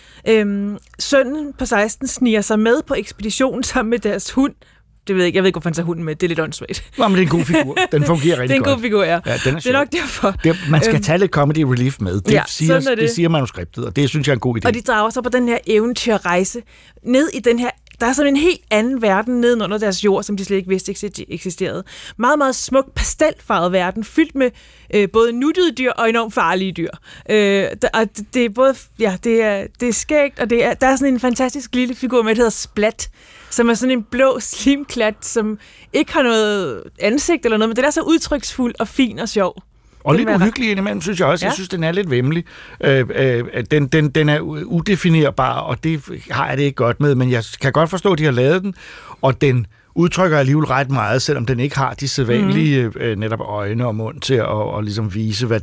Speaker 6: Sønnen på 16 sniger sig med på ekspeditionen sammen med deres hund. Jeg ved ikke, hvorfor han tager hunden med. Det er lidt åndssvagt.
Speaker 2: Nå, men det er en god figur. Den fungerer rigtig godt.
Speaker 6: Det er en god figur, ja.
Speaker 2: Det
Speaker 6: er nok derfor.
Speaker 2: Man skal tage lidt comedy relief med. Det siger manuskriptet, og det synes jeg er en god idé.
Speaker 6: Og de drager så på den her eventyrrejse ned i den her. Der er sådan en helt anden verden nedenunder deres jord, som de slet ikke vidste eksisterede. Meget, meget smuk, pastelfarvet verden, fyldt med både nuttede dyr og enormt farlige dyr. Det er både, det er skægt, og der er sådan en fantastisk lille figur med, der hedder Splat, som er sådan en blå slimklat, som ikke har noget ansigt eller noget, men den er så udtryksfuld og fin og sjov.
Speaker 2: Og lidt uhyggelig indimellem, synes jeg også. Jeg synes, den er lidt væmmelig. Den er udefinerbar, og det har jeg det ikke godt med, men jeg kan godt forstå, at de har lavet den, og den udtrykker alligevel ret meget, selvom den ikke har de sædvanlige netop øjne og mund til at ligesom vise, hvad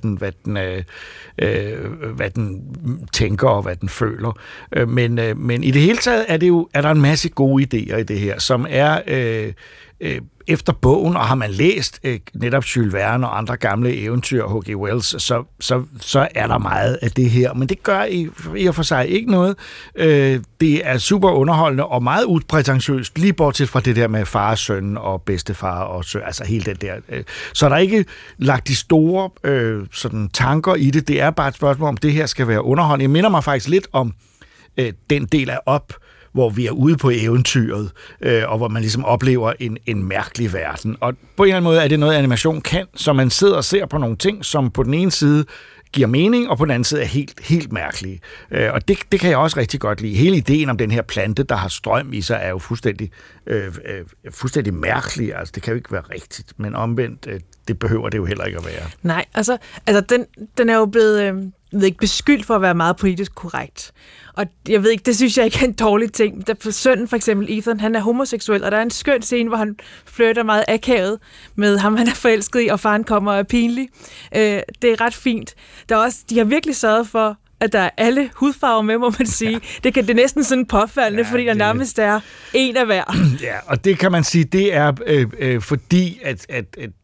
Speaker 2: den tænker og hvad den føler. Men i det hele taget er der en masse gode idéer i det her, som er efter bogen, og har man læst netop Jules Verne og andre gamle eventyr, H.G. Wells, så er der meget af det her. Men det gør i og for sig ikke noget. Det er super underholdende og meget uprætentiøst, lige bortset fra det der med far og søn og bedstefar og søn, altså hele den der. Så er der ikke lagt de store sådan tanker i det. Det er bare et spørgsmål, om det her skal være underholdende. Jeg minder mig faktisk lidt om den del af Op, hvor vi er ude på eventyret, og hvor man ligesom oplever en mærkelig verden. Og på en eller anden måde er det noget, animation kan, så man sidder og ser på nogle ting, som på den ene side giver mening, og på den anden side er helt mærkelige. Og det kan jeg også rigtig godt lide. Hele ideen om den her plante, der har strøm i sig, er jo fuldstændig mærkelig. Altså, det kan jo ikke være rigtigt, men omvendt, det behøver det jo heller ikke at være.
Speaker 6: Nej, altså den er jo blevet beskyldt for at være meget politisk korrekt. Og jeg ved ikke, det synes jeg ikke er en dårlig ting. Sønnen for eksempel, Ethan, han er homoseksuel, og der er en skøn scene, hvor han flirter meget akavet med ham, han er forelsket i, og faren kommer og er pinlig. Det er ret fint. De har virkelig sørget for, at der er alle hudfarver med, må man sige. Det er næsten sådan påfaldende, fordi der nærmest er en af hver.
Speaker 2: Ja, og det kan man sige, det er fordi, at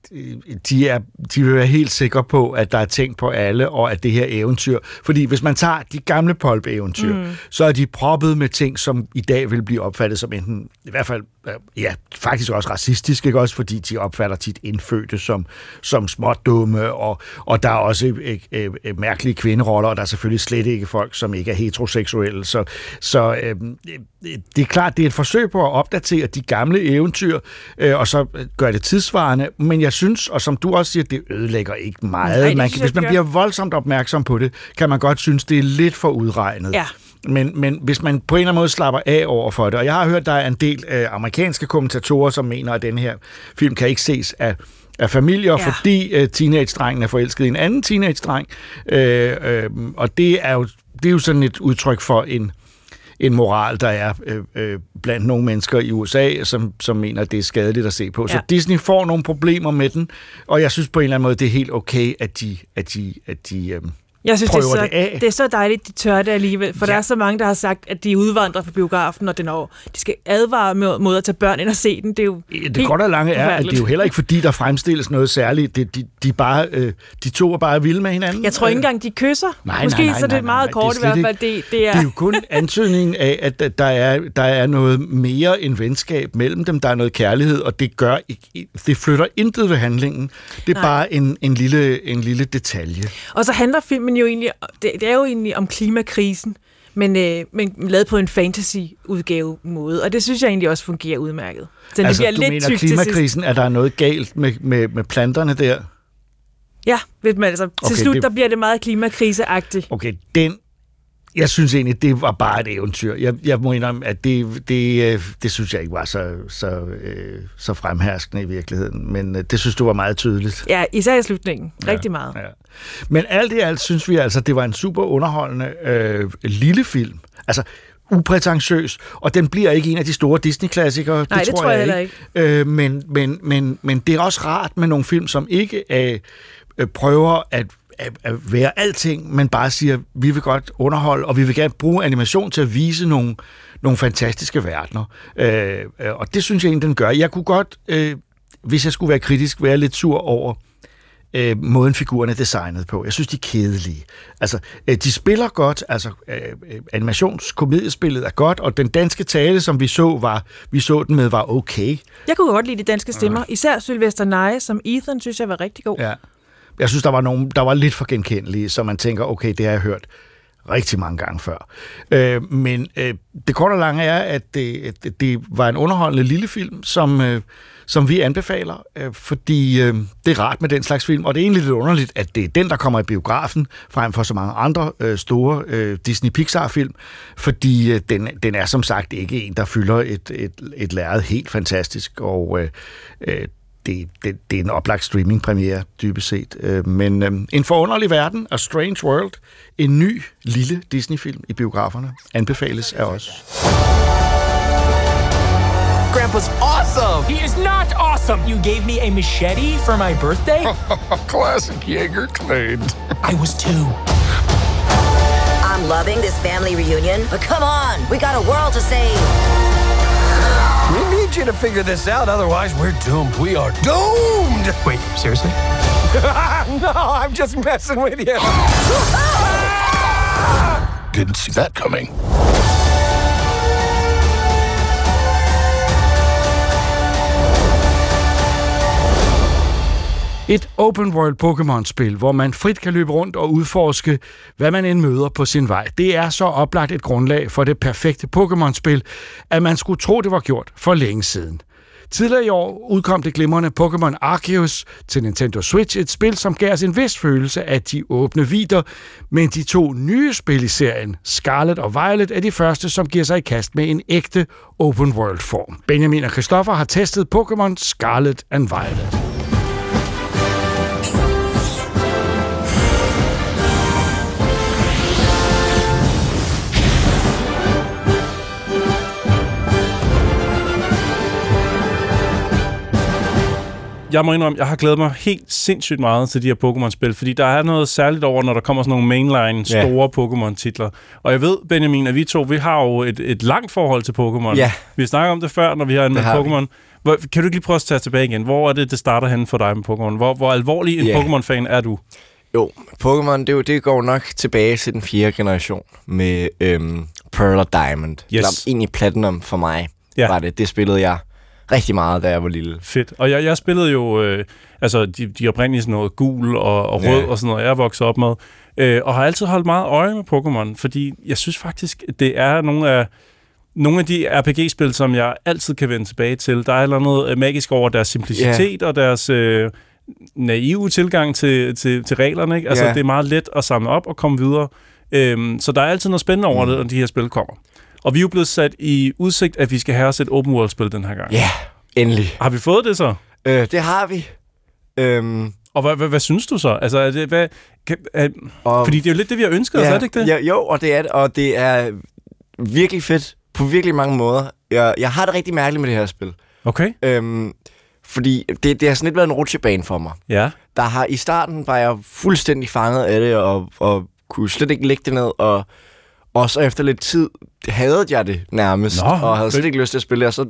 Speaker 2: de vil være helt sikre på, at der er tænkt på alle, og at det her eventyr... Fordi hvis man tager de gamle pulp-eventyr, så er de proppet med ting, som i dag vil blive opfattet som enten, i hvert fald, faktisk også racistisk, ikke også? Fordi de opfatter tit indfødte som smådumme, og der er også mærkelige kvinderoller, og der er selvfølgelig slet ikke folk, som ikke er heteroseksuelle. Så det er klart, det er et forsøg på at opdatere de gamle eventyr, og så gør det tidsvarende, men jeg synes, og som du også siger, det ødelægger ikke meget. Hvis man bliver voldsomt opmærksom på det, kan man godt synes, det er lidt for udregnet. Ja. Men hvis man på en eller anden måde slapper af over for det, og jeg har hørt, der er en del amerikanske kommentatorer, som mener, at den her film kan ikke ses af familier, fordi teenage-drengen er forelsket i en anden teenage-dreng. Og det er jo sådan et udtryk for en moral, der er blandt nogle mennesker i USA, som mener, at det er skadeligt at se på. Så Disney får nogle problemer med den, og jeg synes på en eller anden måde, det er helt okay, at de
Speaker 6: jeg synes, det er så dejligt, de tør det alligevel, for der er så mange, der har sagt, at de udvandrer fra biografen, og de skal advare mod at tage børn ind og se den. Det er jo
Speaker 2: det korte og lange er, at det er jo heller ikke fordi, der fremstilles noget særligt. De to er bare vilde med hinanden.
Speaker 6: Jeg tror ikke engang, de kysser. Nej, så det er meget kort i hvert fald.
Speaker 2: Det er jo kun antydningen af, at der er noget mere end venskab mellem dem. Der er noget kærlighed, og det flytter intet ved handlingen. Det er bare en lille detalje.
Speaker 6: Og så handler filmen jo egentlig, det er jo egentlig om klimakrisen, men lavet på en fantasy-udgave måde, og det synes jeg egentlig også fungerer udmærket. Så
Speaker 2: altså, det bliver lidt tykt til sidst. Klimakrisen, er der noget galt med planterne der?
Speaker 6: Ja, til slut der bliver det meget klimakriseagtigt.
Speaker 2: Okay, jeg synes egentlig, det var bare et eventyr. Jeg må indrømme, at det synes jeg ikke var så fremherskende i virkeligheden, men det synes du var meget tydeligt.
Speaker 6: Ja, især i slutningen. Rigtig meget. Ja.
Speaker 2: Men alt i alt synes vi altså, det var en super underholdende lille film. Altså, uprætentiøs, og den bliver ikke en af de store Disney-klassikere.
Speaker 6: Nej, det tror jeg heller ikke.
Speaker 2: Men det er også rart med nogle film, som ikke prøver at være alting, men bare siger, vi vil godt underholde, og vi vil gerne bruge animation til at vise nogle fantastiske verdener. Og det synes jeg egentlig, den gør. Jeg kunne godt, hvis jeg skulle være kritisk, være lidt sur over måden figurerne er designet på. Jeg synes, de er kedelige. Altså, de spiller godt, altså animationskomediespillet er godt, og den danske tale, som vi så den med, var okay.
Speaker 6: Jeg kunne godt lide de danske stemmer. Især Sylvester Neje som Ethan, synes jeg var rigtig god.
Speaker 2: Ja. Jeg synes, der var nogen, der var lidt for genkendelige, så man tænker, okay, det har jeg hørt rigtig mange gange før. Men det korte og lange er, at det var en underholdende lille film, som vi anbefaler, fordi det er rart med den slags film, og det er egentlig lidt underligt, at det er den, der kommer i biografen, frem for så mange andre store Disney-Pixar-film, fordi den er som sagt ikke en, der fylder et lærred helt fantastisk, og det er en oplagt streaming-premiere, dybest set. Men en forunderlig verden, A Strange World, en ny, lille Disney-film i biograferne, anbefales af os.
Speaker 10: Grandpa's awesome! He is not awesome! You gave me a machete for my birthday?
Speaker 5: Classic Jaeger Clade.
Speaker 10: I was 2.
Speaker 9: I'm loving this family reunion, but come on, we got a world to save.
Speaker 11: We need you to figure this out, otherwise we're doomed. We are doomed!
Speaker 10: Wait, seriously?
Speaker 11: No, I'm just messing with you.
Speaker 5: Didn't see that coming.
Speaker 2: Et open world Pokémon-spil, hvor man frit kan løbe rundt og udforske, hvad man end møder på sin vej. Det er så oplagt et grundlag for det perfekte Pokémon-spil, at man skulle tro, det var gjort for længe siden. Tidligere i år udkom det glimrende Pokémon Arceus til Nintendo Switch, et spil, som gav os en vis følelse af de åbne vidder, men de 2 nye spil i serien, Scarlet og Violet, er de første, som giver sig i kast med en ægte open world-form. Benjamin og Christoffer har testet Pokémon Scarlet and Violet.
Speaker 8: jeg må indrømme, jeg har glædet mig helt sindssygt meget til de her Pokémon-spil, fordi der er noget særligt over, når der kommer sådan nogle mainline, store Pokémon-titler. Og jeg ved, Benjamin, at vi har jo et langt forhold til Pokémon.
Speaker 12: Ja.
Speaker 8: Vi snakker om det før, når vi har anmeldt Pokémon. Kan du ikke lige prøve at tage tilbage igen? Hvor er det starter henne for dig med Pokémon? Hvor alvorlig en Pokémon-fan er du?
Speaker 12: Jo, Pokémon, det går nok tilbage til den 4. generation med Pearl og Diamond. Yes. Egentlig Platinum for mig var det. Det spillede jeg rigtig meget, da jeg var lille.
Speaker 8: Fedt. Og jeg spillede jo de oprindelige sådan noget gul og rød og sådan noget, jeg voksede op med. Og har altid holdt meget øje med Pokémon, fordi jeg synes faktisk, det er nogle af de RPG-spil, som jeg altid kan vende tilbage til. Der er noget magisk over deres simplicitet og deres naive tilgang til reglerne. Ikke? Altså, det er meget let at samle op og komme videre. Så der er altid noget spændende over det, når de her spil kommer. Og vi er jo blevet sat i udsigt, at vi skal have os et open world-spil den her gang.
Speaker 12: Ja, endelig.
Speaker 8: Har vi fået det så?
Speaker 12: Det har vi.
Speaker 8: Og hvad synes du så? Altså, fordi det er jo lidt det, vi har ønsket os, er det ikke det?
Speaker 12: Jo, og det er virkelig fedt på virkelig mange måder. Jeg har det rigtig mærkeligt med det her spil.
Speaker 8: Okay.
Speaker 12: Fordi det har sådan lidt været en rutsjebane for mig.
Speaker 8: Ja.
Speaker 12: I starten var jeg fuldstændig fanget af det, og kunne slet ikke lægge det ned, og så efter lidt tid hadede jeg det nærmest, og havde slet ikke lyst til at spille, og så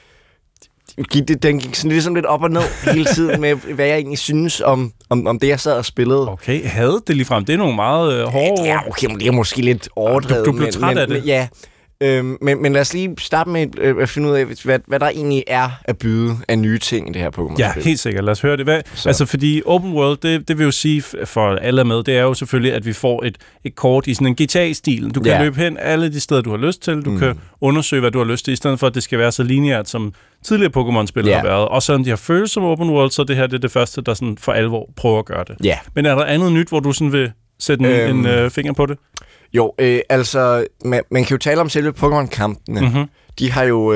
Speaker 12: den gik sådan ligesom lidt op og ned hele tiden med, hvad jeg egentlig synes om det, jeg sad og spillede.
Speaker 8: Okay, havde det ligefrem. Det er nogle meget hårde...
Speaker 12: Ja, okay, men det er måske lidt overdrevet.
Speaker 8: Du blev træt af det?
Speaker 12: Ja. Men lad os lige starte med at finde ud af, hvad der egentlig er at byde af nye ting i det her Pokémon-spil.
Speaker 8: Ja, helt sikkert. Lad os høre det. Altså, fordi open world, det vil jo sige for alle med, det er jo selvfølgelig, at vi får et kort i sådan en GTA-stil. Du kan løbe hen alle de steder, du har lyst til. Du kan undersøge, hvad du har lyst til, i stedet for, at det skal være så lineært, som tidligere Pokémon-spil har været. Og selvom de har følt som open world, så det her det er det første, der sådan for alvor prøver at gøre det.
Speaker 12: Ja.
Speaker 8: Men er der andet nyt, hvor du sådan vil sætte en finger på det?
Speaker 12: Jo, altså, man kan jo tale om selve Pokémon-kampene. Mm-hmm. De har jo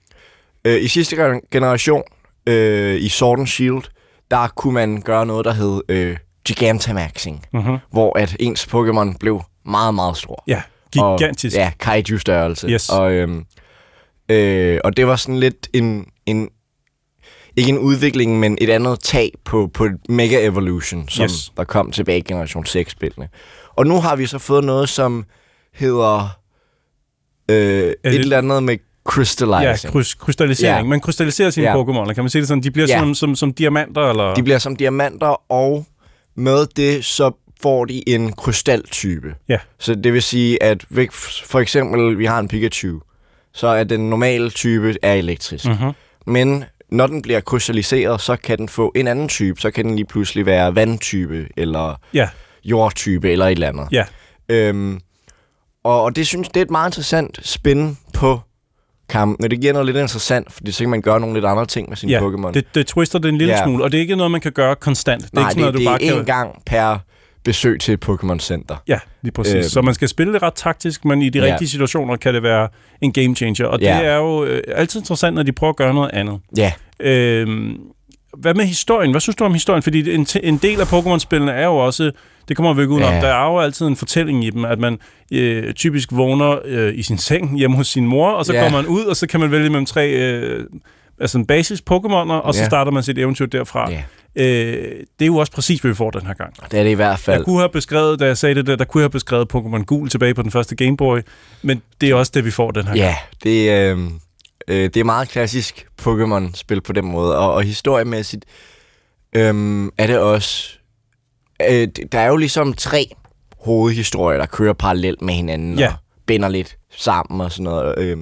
Speaker 12: i sidste generation, i Sword and Shield, der kunne man gøre noget, der hed Gigantamaxing, hvor at ens Pokémon blev meget, meget stor.
Speaker 8: Ja, gigantisk.
Speaker 12: Og, kaiju-størrelse.
Speaker 8: Yes.
Speaker 12: Og det var sådan lidt ikke en udvikling, men et andet tag på Mega Evolution, som der kom tilbage i generation 6-spillene. Og nu har vi så fået noget, som hedder et eller andet med crystallizing.
Speaker 8: Ja, krystallisering. Ja. Man krystalliserer sine Pokémon, kan man sige det sådan? De bliver som diamanter, eller?
Speaker 12: De bliver som diamanter, og med det, så får de en krystaltype.
Speaker 8: Ja.
Speaker 12: Så det vil sige, at for eksempel, vi har en Pikachu, så er den normale type er elektrisk. Mm-hmm. Men når den bliver krystalliseret, så kan den få en anden type. Så kan den lige pludselig være vandtype, eller jordtype, eller et eller andet.
Speaker 8: Ja.
Speaker 12: Og det synes det er et meget interessant spin på kampen. Det giver noget lidt interessant, fordi så kan man gøre nogle lidt andre ting med sine Pokémon.
Speaker 8: Det twister det en lille smule, og det er ikke noget, man kan gøre konstant. Det er ikke sådan noget,
Speaker 12: det
Speaker 8: du bare
Speaker 12: er en gang per besøg til et Pokémon-center.
Speaker 8: Ja, lige præcis. Så man skal spille det ret taktisk, men i de rigtige situationer kan det være en game changer. Og det er jo altid interessant, når de prøver at gøre noget andet.
Speaker 12: Ja.
Speaker 8: Hvad med historien? Hvad synes du om historien? Fordi en del af Pokémon-spillene er jo også, det kommer vi ikke udenom, der er jo altid en fortælling i dem, at man typisk vågner i sin seng hjemme hos sin mor, og så går man ud, og så kan man vælge mellem 3 en basis Pokémoner, og så starter man sit eventyr derfra. Det er jo også præcis, hvad vi får den her gang.
Speaker 12: Det er det i hvert fald.
Speaker 8: Jeg kunne have beskrevet, da jeg sagde det der kunne jeg have beskrevet Pokémon Gul tilbage på den første Game Boy, men det er også det, vi får den her gang.
Speaker 12: Ja, det er meget klassisk Pokémon-spil på den måde, og historiemæssigt er det også... der er jo ligesom 3 hovedhistorier, der kører parallelt med hinanden og binder lidt sammen og sådan noget.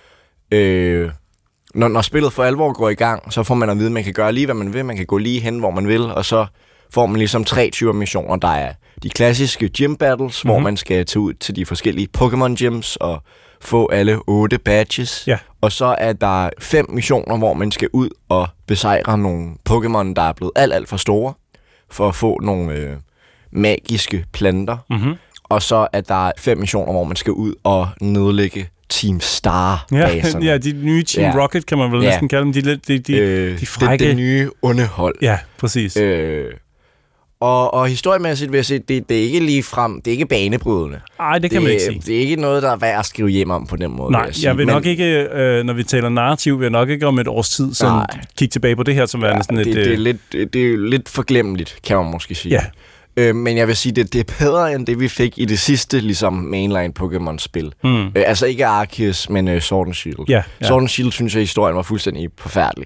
Speaker 12: Når spillet for alvor går i gang, så får man at vide, at man kan gøre lige, hvad man vil. Man kan gå lige hen, hvor man vil, og så får man ligesom 3 typer missioner. Der er de klassiske gym battles, hvor man skal tage ud til de forskellige Pokémon gyms og få alle 8 badges.
Speaker 8: Ja.
Speaker 12: Og så er der 5 missioner, hvor man skal ud og besejre nogle Pokémon, der er blevet alt for store, for at få nogle magiske planter. Mm-hmm. Og så er der 5 missioner, hvor man skal ud og nedlægge Team Star-baserne.
Speaker 8: Ja, de nye Team Rocket, kan man vel næsten kalde dem. De frække.
Speaker 12: Det nye onde hold.
Speaker 8: Ja, præcis.
Speaker 12: Og historiemæssigt vil jeg sige, det er ikke lige frem, det er ikke banebrydende.
Speaker 8: Nej, det kan man ikke sige.
Speaker 12: Det er ikke noget, der er værd at skrive hjem om på den måde.
Speaker 8: Nej, jeg vil nok ikke, når vi taler narrativ, vil jeg nok ikke om et års tid sådan kigge tilbage på det her, som værende sådan et...
Speaker 12: Det er lidt forglemmeligt, kan man måske sige. Ja. Men jeg vil sige, det er bedre end det, vi fik i det sidste ligesom mainline Pokémon-spil. Altså ikke Arceus, men Sword and Shield.
Speaker 8: Ja.
Speaker 12: Sword and Shield, synes jeg, historien var fuldstændig forfærdelig.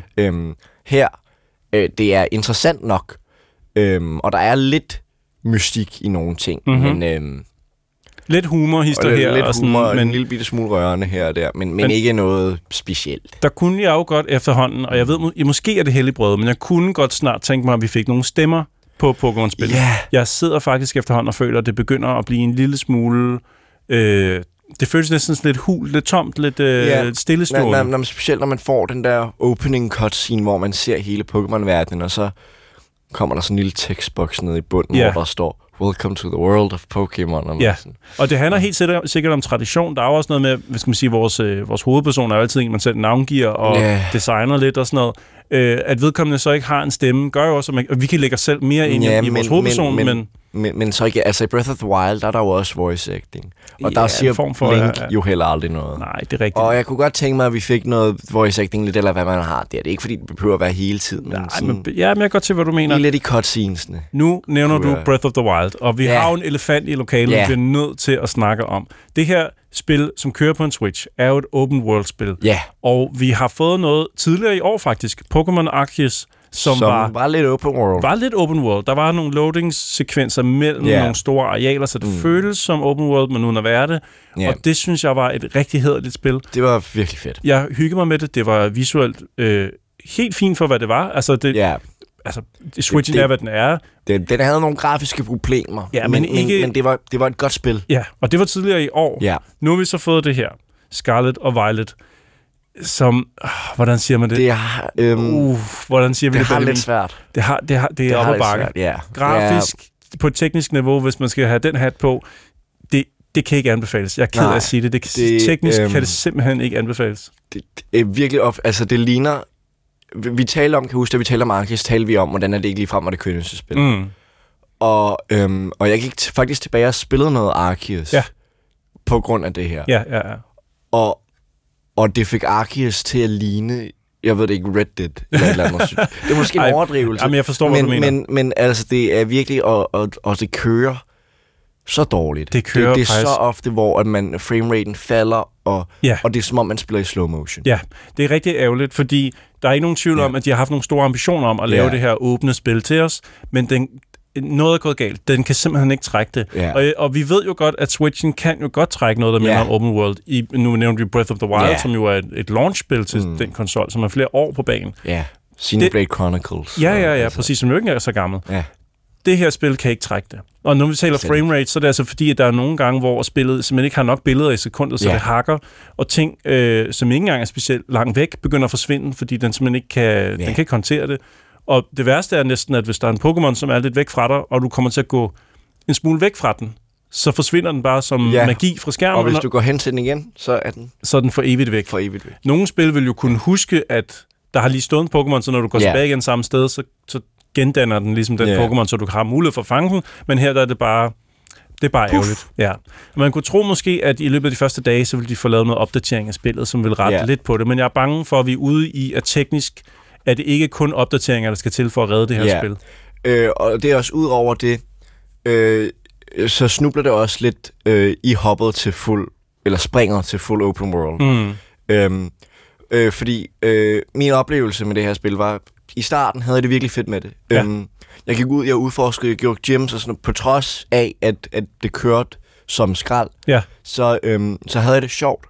Speaker 12: Her, det er interessant nok, og der er lidt mystik i nogle ting, men...
Speaker 8: lidt humorhister her.
Speaker 12: Lidt humor, og en lille bitte smule rørende her og der, men ikke noget specielt.
Speaker 8: Der kunne jeg jo godt efterhånden, og jeg ved, måske er det helligbrød, men jeg kunne godt snart tænke mig, at vi fik nogle stemmer på Pokémon-spil. Jeg sidder faktisk efterhånden og føler, at det begynder at blive en lille smule... det føles næsten lidt hult, lidt tomt, lidt stillestående.
Speaker 12: Specielt når man får den der opening cutscene, hvor man ser hele Pokémon-verdenen, og så kommer der sådan en lille tekstboks nede i bunden, hvor der står Welcome to the world of Pokémon.
Speaker 8: Ja, og det handler helt sikkert om tradition. Der er jo også noget med, hvad skal man sige, vores hovedperson er jo altid en, man selv navngiver og designer lidt og sådan noget. At vedkommende så ikke har en stemme, gør jo også, at vi kan lægge os selv mere ind i vores hovedperson,
Speaker 12: men så ikke, altså i Breath of the Wild, der er der jo også voice acting. Og der siger Link jo heller aldrig noget.
Speaker 8: Nej, det er rigtigt.
Speaker 12: Og jeg kunne godt tænke mig, at vi fik noget voice acting lidt, eller hvad man har. Det er ikke, fordi det behøver at være hele tiden. Men
Speaker 8: men jeg kan godt til, hvad du mener.
Speaker 12: Lidt i cutscenesene.
Speaker 8: Nu nævner du Breath of the Wild, og vi har jo en elefant i lokalet, vi bliver nødt til at snakke om. Det her spil, som kører på en Switch, er jo et open world-spil. Og vi har fået noget tidligere i år faktisk, Pokémon Arceus, som
Speaker 12: var lidt open world.
Speaker 8: Var lidt open world. Der var nogle loading-sekvenser mellem nogle store arealer, så det føles som open world, men uden at være det. Og det synes jeg var et rigtig hæderligt spil.
Speaker 12: Det var virkelig fedt.
Speaker 8: Jeg hyggede mig med det. Det var visuelt helt fint for, hvad det var. Altså, Switchen er, hvad den er.
Speaker 12: Den havde nogle grafiske problemer, men det var et godt spil.
Speaker 8: Ja, og det var tidligere i år.
Speaker 12: Ja.
Speaker 8: Nu har vi så fået det her, Scarlet og Violet, som... hvordan siger man det? Hvordan siger vi det?
Speaker 12: Det har lidt svært.
Speaker 8: Det er op ad bakke. Grafisk, på et teknisk niveau, hvis man skal have den hat på, det kan ikke anbefales. Jeg er ked af at sige det. Teknisk kan det simpelthen ikke anbefales.
Speaker 12: Det er virkelig altså det ligner... Vi taler om, kan huske, da vi taler om Arceus, taler vi om, hvordan er det ikke lige frem, var det kønneste spil. Og jeg gik faktisk tilbage og spillede noget Arceus på grund af det her.
Speaker 8: Ja.
Speaker 12: Og det fik Arceus til at ligne, jeg ved det ikke, Red Dead eller et eller andet. Det er måske en overdrivelse.
Speaker 8: Jamen, jeg forstår, hvad du mener.
Speaker 12: Men altså, det er virkelig, og det kører så dårligt.
Speaker 8: Det er
Speaker 12: så ofte, hvor at frameraten falder, og det er som om, man spiller i slow motion.
Speaker 8: Ja, det er rigtig ærgerligt, fordi der er ikke nogen tvivl om, at de har haft nogle store ambitioner om at lave det her åbne spil til os, men noget er gået galt. Den kan simpelthen ikke trække det. Og vi ved jo godt, at Switchen kan jo godt trække noget, der minder om open world. Nu nævnte vi Breath of the Wild, som jo er et launch-spil til den konsol, som er flere år på banen.
Speaker 12: Ja, Xenoblade Chronicles.
Speaker 8: Ja, præcis, som jo ikke er så gammel. Ja. Det her spil kan ikke trække det. Og når vi taler framerate, så er det altså fordi, at der er nogle gange, hvor spillet simpelthen ikke har nok billeder i sekundet, så det hakker, og ting, som ikke engang er specielt langt væk, begynder at forsvinde, fordi den simpelthen ikke kan, den kan ikke håndtere det. Og det værste er næsten, at hvis der er en Pokémon, som er lidt væk fra dig, og du kommer til at gå en smule væk fra den, så forsvinder den bare som magi fra skærmen.
Speaker 12: Og hvis du går hen til den igen, så er den
Speaker 8: for evigt væk. Nogle spil vil jo kunne huske, at der har lige stået en Pokémon, så når du går tilbage igen samme sted, så gendanner den ligesom den Pokémon, så du har mulighed for at fange den, men her der er det bare ærgerligt. Ja. Man kunne tro måske, at i løbet af de første dage, så ville de få lavet noget opdatering af spillet, som vil rette lidt på det, men jeg er bange for, at vi er ude i, at teknisk er det ikke kun opdateringer, der skal til for at redde det her spil.
Speaker 12: Og det er også ud over det, så snubler det også lidt i hoppet til springer til full open world. Fordi min oplevelse med det her spil var, i starten havde jeg det virkelig fedt med det. Jeg gik ud, jeg udforskede, jeg gjorde gyms og sådan noget, på trods af, at det kørte som skrald, så havde jeg det sjovt.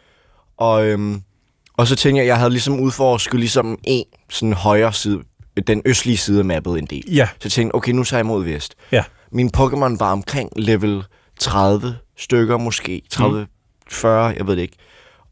Speaker 12: Og så tænkte jeg havde ligesom udforsket ligesom en sådan højre side, den østlige side af mappet en del. Så jeg tænkte, okay, nu tager jeg mod vest. Min Pokémon var omkring level 30 stykker måske, 30-40, jeg ved det ikke.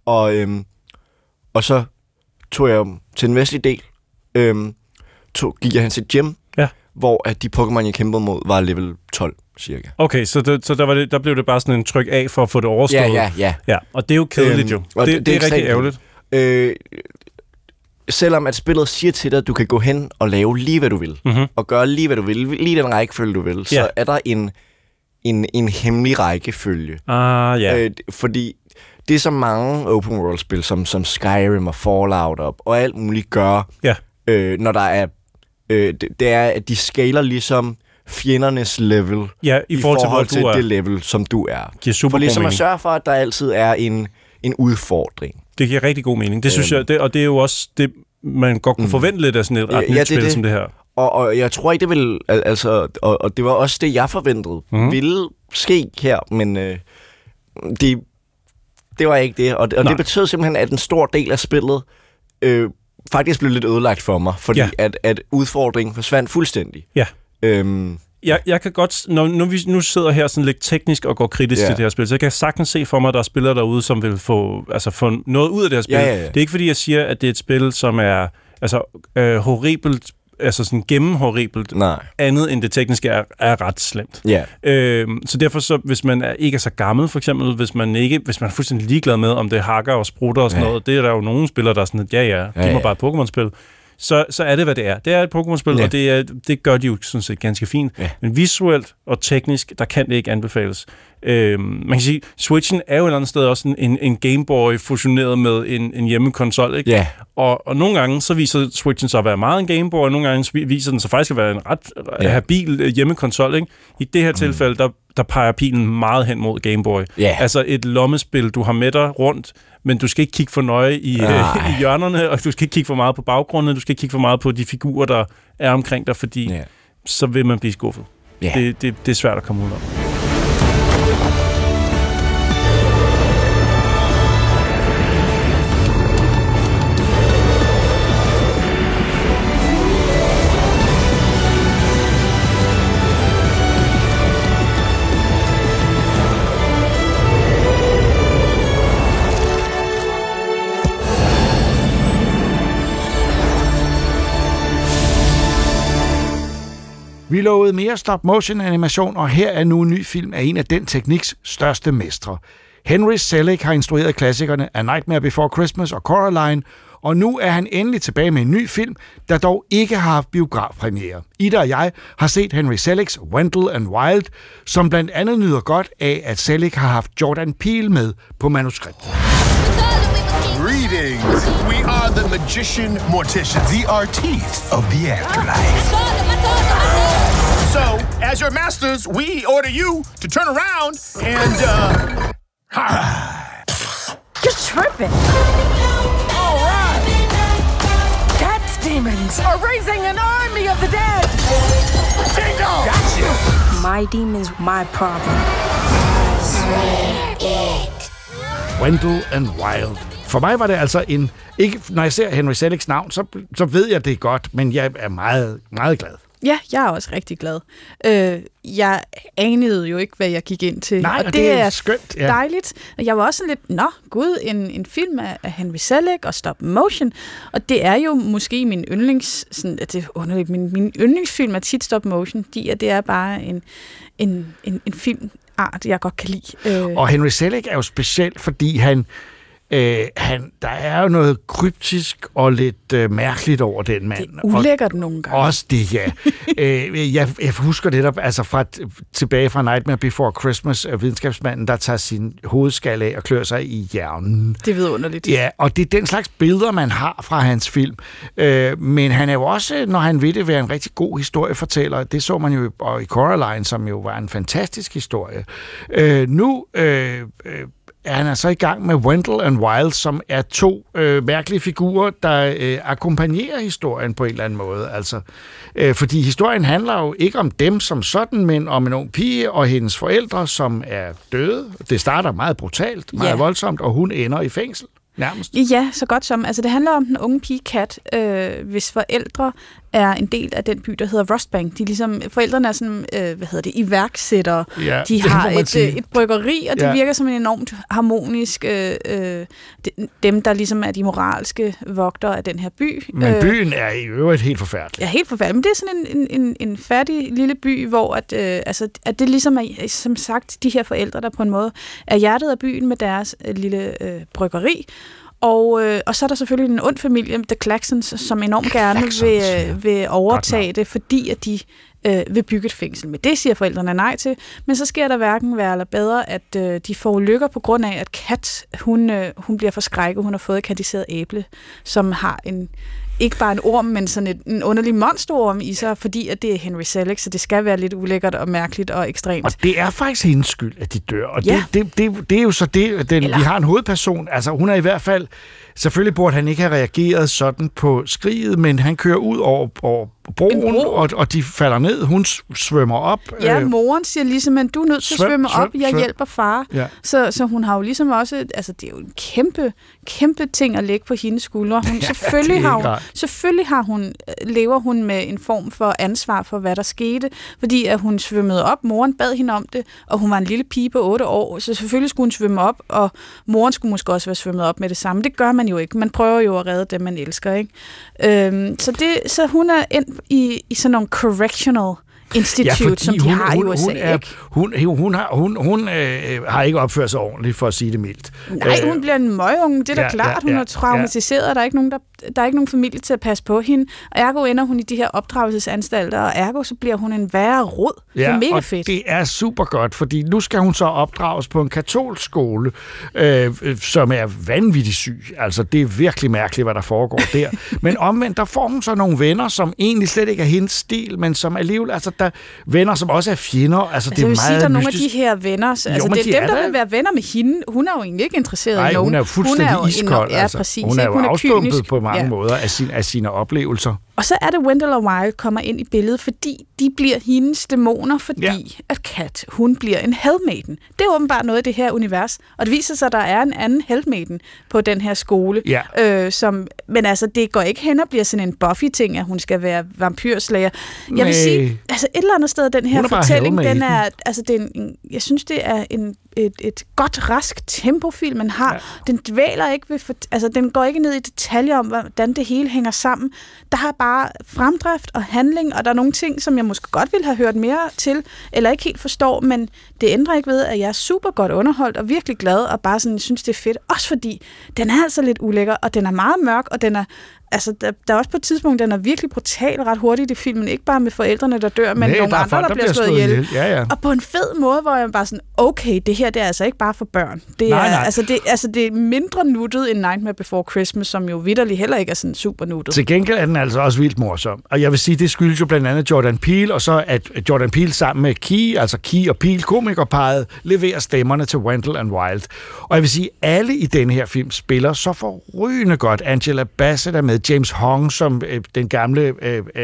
Speaker 12: Og så tog jeg til den vestlige del, gik jeg hen til gym, hvor at de Pokémon, jeg kæmpede mod, var level 12 cirka.
Speaker 8: Okay, så der blev det bare sådan en tryk af for at få det overstået.
Speaker 12: Ja.
Speaker 8: Og det er jo kedeligt jo. Det er rigtig ærgerligt.
Speaker 12: selvom at spillet siger til dig, at du kan gå hen og lave lige, hvad du vil, og gøre lige, hvad du vil, lige den rækkefølge, du vil, så er der en hemmelig rækkefølge. Fordi det, som mange open world-spil, som Skyrim og Fallout og alt muligt gør, når der er... det er, at de skaler ligesom fjendernes level i forhold til det level, som du er. For ligesom at sørge for, at der altid er en udfordring.
Speaker 8: Det giver rigtig god mening. Det synes jeg, og det er jo også det, man godt kunne forvente lidt af sådan et ret nyt spil som det her.
Speaker 12: Og jeg tror ikke, det vil... Altså, og det var også det, jeg forventede ville ske her, men det var ikke det. Og det betød simpelthen, at en stor del af spillet faktisk blev lidt ødelagt for mig, fordi at udfordringen forsvandt fuldstændig.
Speaker 8: Ja. Jeg kan godt, når vi nu sidder her sådan lidt teknisk og går kritisk til det her spil, så jeg kan sagtens se for mig, at der er spillere derude, som vil få noget ud af det her spil. Det er ikke fordi, jeg siger, at det er et spil, som er horribelt, altså sådan gennemhorribelt. Andet end det tekniske er ret slemt. Så derfor så, hvis man ikke er så gammel, for eksempel, hvis man er fuldstændig ligeglad med, om det er hakker og sprutter og sådan noget, det er der jo nogle spillere, der er sådan, giv mig bare et Pokémon-spil. Så er det, hvad det er. Det er et Pokémon-spil, og det gør de jo sådan set ganske fint. Men visuelt og teknisk, der kan det ikke anbefales. Man kan sige, Switchen er jo et eller andet sted også en Game Boy fusioneret med en hjemmekonsol, ikke? Og nogle gange, så viser Switchen sig at være meget en Game Boy, og nogle gange viser den sig faktisk at være en ret habil hjemmekonsol, ikke? I det her tilfælde, der peger pilen meget hen mod Game Boy. Altså et lommespil, du har med dig rundt, men du skal ikke kigge for nøje i hjørnerne, og du skal ikke kigge for meget på baggrunden, du skal ikke kigge for meget på de figurer, der er omkring dig, fordi så vil man blive skuffet. Det er svært at komme ud af.
Speaker 2: Vi lovede mere stop-motion-animation, og her er nu en ny film af en af den tekniks største mestre. Henry Selick har instrueret klassikerne A Nightmare Before Christmas og Coraline, og nu er han endelig tilbage med en ny film, der dog ikke har haft biografpremiere. Ida og jeg har set Henry Selicks Wendell and Wild, som blandt andet nyder godt af, at Selick har haft Jordan Peele med på manuskriptet.
Speaker 13: Greetings. We are the magician morticians, the artistes of the afterlife. So, as your masters, we order you to turn around and,
Speaker 14: You're tripping.
Speaker 13: All right.
Speaker 14: Cat's demons are raising an army of the dead.
Speaker 13: Ding dong. Got you.
Speaker 14: My demons, my problem.
Speaker 2: Wendell and Wild. For mig var det altså ikke når jeg ser Henry Selicks navn, så ved jeg det godt, men jeg er meget, meget glad.
Speaker 15: Ja, jeg er også rigtig glad. Jeg anede jo ikke, hvad jeg gik ind til.
Speaker 2: Nej, og det er skønt.
Speaker 15: Ja. Dejligt. Jeg var også lidt, en film af Henry Selick og stop motion. Og det er jo måske min yndlings... Sådan, det er underligt, min yndlingsfilm er tit stop motion, fordi det er bare en filmart, jeg godt kan lide.
Speaker 2: Og Henry Selick er jo speciel, fordi der er jo noget kryptisk og lidt mærkeligt over den mand.
Speaker 15: Det er ulækkert nogle gange.
Speaker 2: Også det, ja. Jeg husker det der, tilbage fra Nightmare Before Christmas, videnskabsmanden, der tager sin hovedskalle af og klør sig i hjernen.
Speaker 15: Det er vidunderligt.
Speaker 2: Ja, og det er den slags billeder, man har fra hans film. Men han er jo også, når han vil det, være en rigtig god historiefortæller. Det så man jo i Coraline, som jo var en fantastisk historie. Nu han er så i gang med Wendell and Wild, som er to mærkelige figurer, der akkompagnerer historien på en eller anden måde. Altså, fordi historien handler jo ikke om dem som sådan, men om en ung pige og hendes forældre, som er døde. Det starter meget brutalt, meget voldsomt, og hun ender i fængsel. Nærmest.
Speaker 15: Ja, så godt som. Altså, det handler om den unge pige Kat, hvis forældre er en del af den by, der hedder Rustbank. De er ligesom, forældrene er sådan, iværksættere.
Speaker 2: Ja,
Speaker 15: de har et bryggeri, og det virker som en enormt harmonisk, dem, der ligesom er de moralske vogtere af den her by.
Speaker 2: Men byen er i øvrigt helt forfærdelig.
Speaker 15: Ja, helt forfærdelig. Men det er sådan en fattig lille by, hvor at det ligesom er, som sagt, de her forældre, der på en måde er hjertet af byen med deres lille bryggeri. Og så er der selvfølgelig en ond familie, The Claxons, som enormt gerne vil overtage det, fordi at de vil bygge et fængsel. Men det siger forældrene nej til. Men så sker der hverken værre eller bedre, at de får ulykker på grund af, at Kat, hun bliver forskrækket. Hun har fået et kandiseret æble, som har ikke bare en orm, men sådan en underlig monsterorm i sig, fordi at det er Henry Selick, så det skal være lidt ulækkert og mærkeligt og ekstremt.
Speaker 2: Og det er faktisk hendes skyld, at de dør. Og det er jo så det, vi har en hovedperson, altså hun er i hvert fald, selvfølgelig burde han ikke have reageret sådan på skriget, men han kører ud over broen, og de falder ned. Hun svømmer op.
Speaker 15: Ja, moren siger ligesom, at du er nødt til at svømme op, jeg hjælper far. Ja. Så hun har jo ligesom også, altså det er jo en kæmpe ting at lægge på hendes skuldre. Hun, selvfølgelig lever hun med en form for ansvar for, hvad der skete, fordi at hun svømmede op, moren bad hende om det, og hun var en lille pige på 8 år, så selvfølgelig skulle hun svømme op, og moren skulle måske også være svømmet op med det samme. Det gør man jo ikke. Man prøver jo at redde dem, man elsker, ikke? Så hun er endt i sådan nogle correctional institute, som de har i USA. Hun har ikke opført sig ordentligt, for at sige det mildt. Nej, hun bliver en møgunge, det er da klart. Hun er traumatiseret, og der er ikke nogen familie til at passe på hende. Og ergo ender hun i de her opdragelsesanstalter, og ergo så bliver hun en værre rod. Det er mega fedt.
Speaker 2: Det er super godt, fordi nu skal hun så opdrages på en katolsk skole, som er vanvittigt syg. Altså, det er virkelig mærkeligt, hvad der foregår der. Men omvendt, der får hun så nogle venner, som egentlig slet ikke er hendes stil, men som alligevel, altså der venner, som også er fjender. Altså, det er meget
Speaker 15: sige, der er nogle af
Speaker 2: mystisk.
Speaker 15: De her venner, altså det er dem, der vil være venner med hende. Hun er jo egentlig ikke interesseret i nogen.
Speaker 2: Hun er jo fuldstændig iskold.
Speaker 15: Ja, præcis.
Speaker 2: Hun er jo afstumpet på mange måder af sine oplevelser.
Speaker 15: Og så er det Wendell og Wild kommer ind i billedet, fordi de bliver hendes dæmoner, fordi at Kat, hun bliver en Hellmaiden. Det er åbenbart noget af det her univers, og det viser sig, at der er en anden Hellmaiden på den her skole. Men altså, det går ikke hen og bliver sådan en Buffy-ting, at hun skal være vampyrslager. Jeg vil sige, altså et eller andet sted, den her fortælling, den er, altså jeg synes, det er et godt, rask tempofilm, man har. Ja. Den dvæler ikke ved, den går ikke ned i detaljer om, hvordan det hele hænger sammen. Der har bare fremdrift og handling, og der er nogle ting, som jeg måske godt ville have hørt mere til, eller ikke helt forstår, men det ændrer ikke ved, at jeg er super godt underholdt og virkelig glad, og bare sådan synes, det er fedt. Også fordi, den er altså lidt ulækker, og den er meget mørk, og den er altså, der er også på et tidspunkt, den er virkelig brutal ret hurtigt i filmen. Ikke bare med forældrene, der dør, men nogle andre, der bliver slået ihjel. Ja. Og på en fed måde, hvor jeg bare sådan, okay, det her, det er altså ikke bare for børn. Det er mindre nuttet end Nightmare Before Christmas, som jo vitterligt heller ikke er sådan super nuttet.
Speaker 2: Til gengæld er den altså også vildt morsom. Og jeg vil sige, det skyldes jo blandt andet Jordan Peele, og så at Jordan Peele sammen med Key og Peele, komikerparret, leverer stemmerne til Wendell and Wild. Og jeg vil sige, alle i denne her film spiller så forrygende godt. Angela Bassett er med, James Hong som den gamle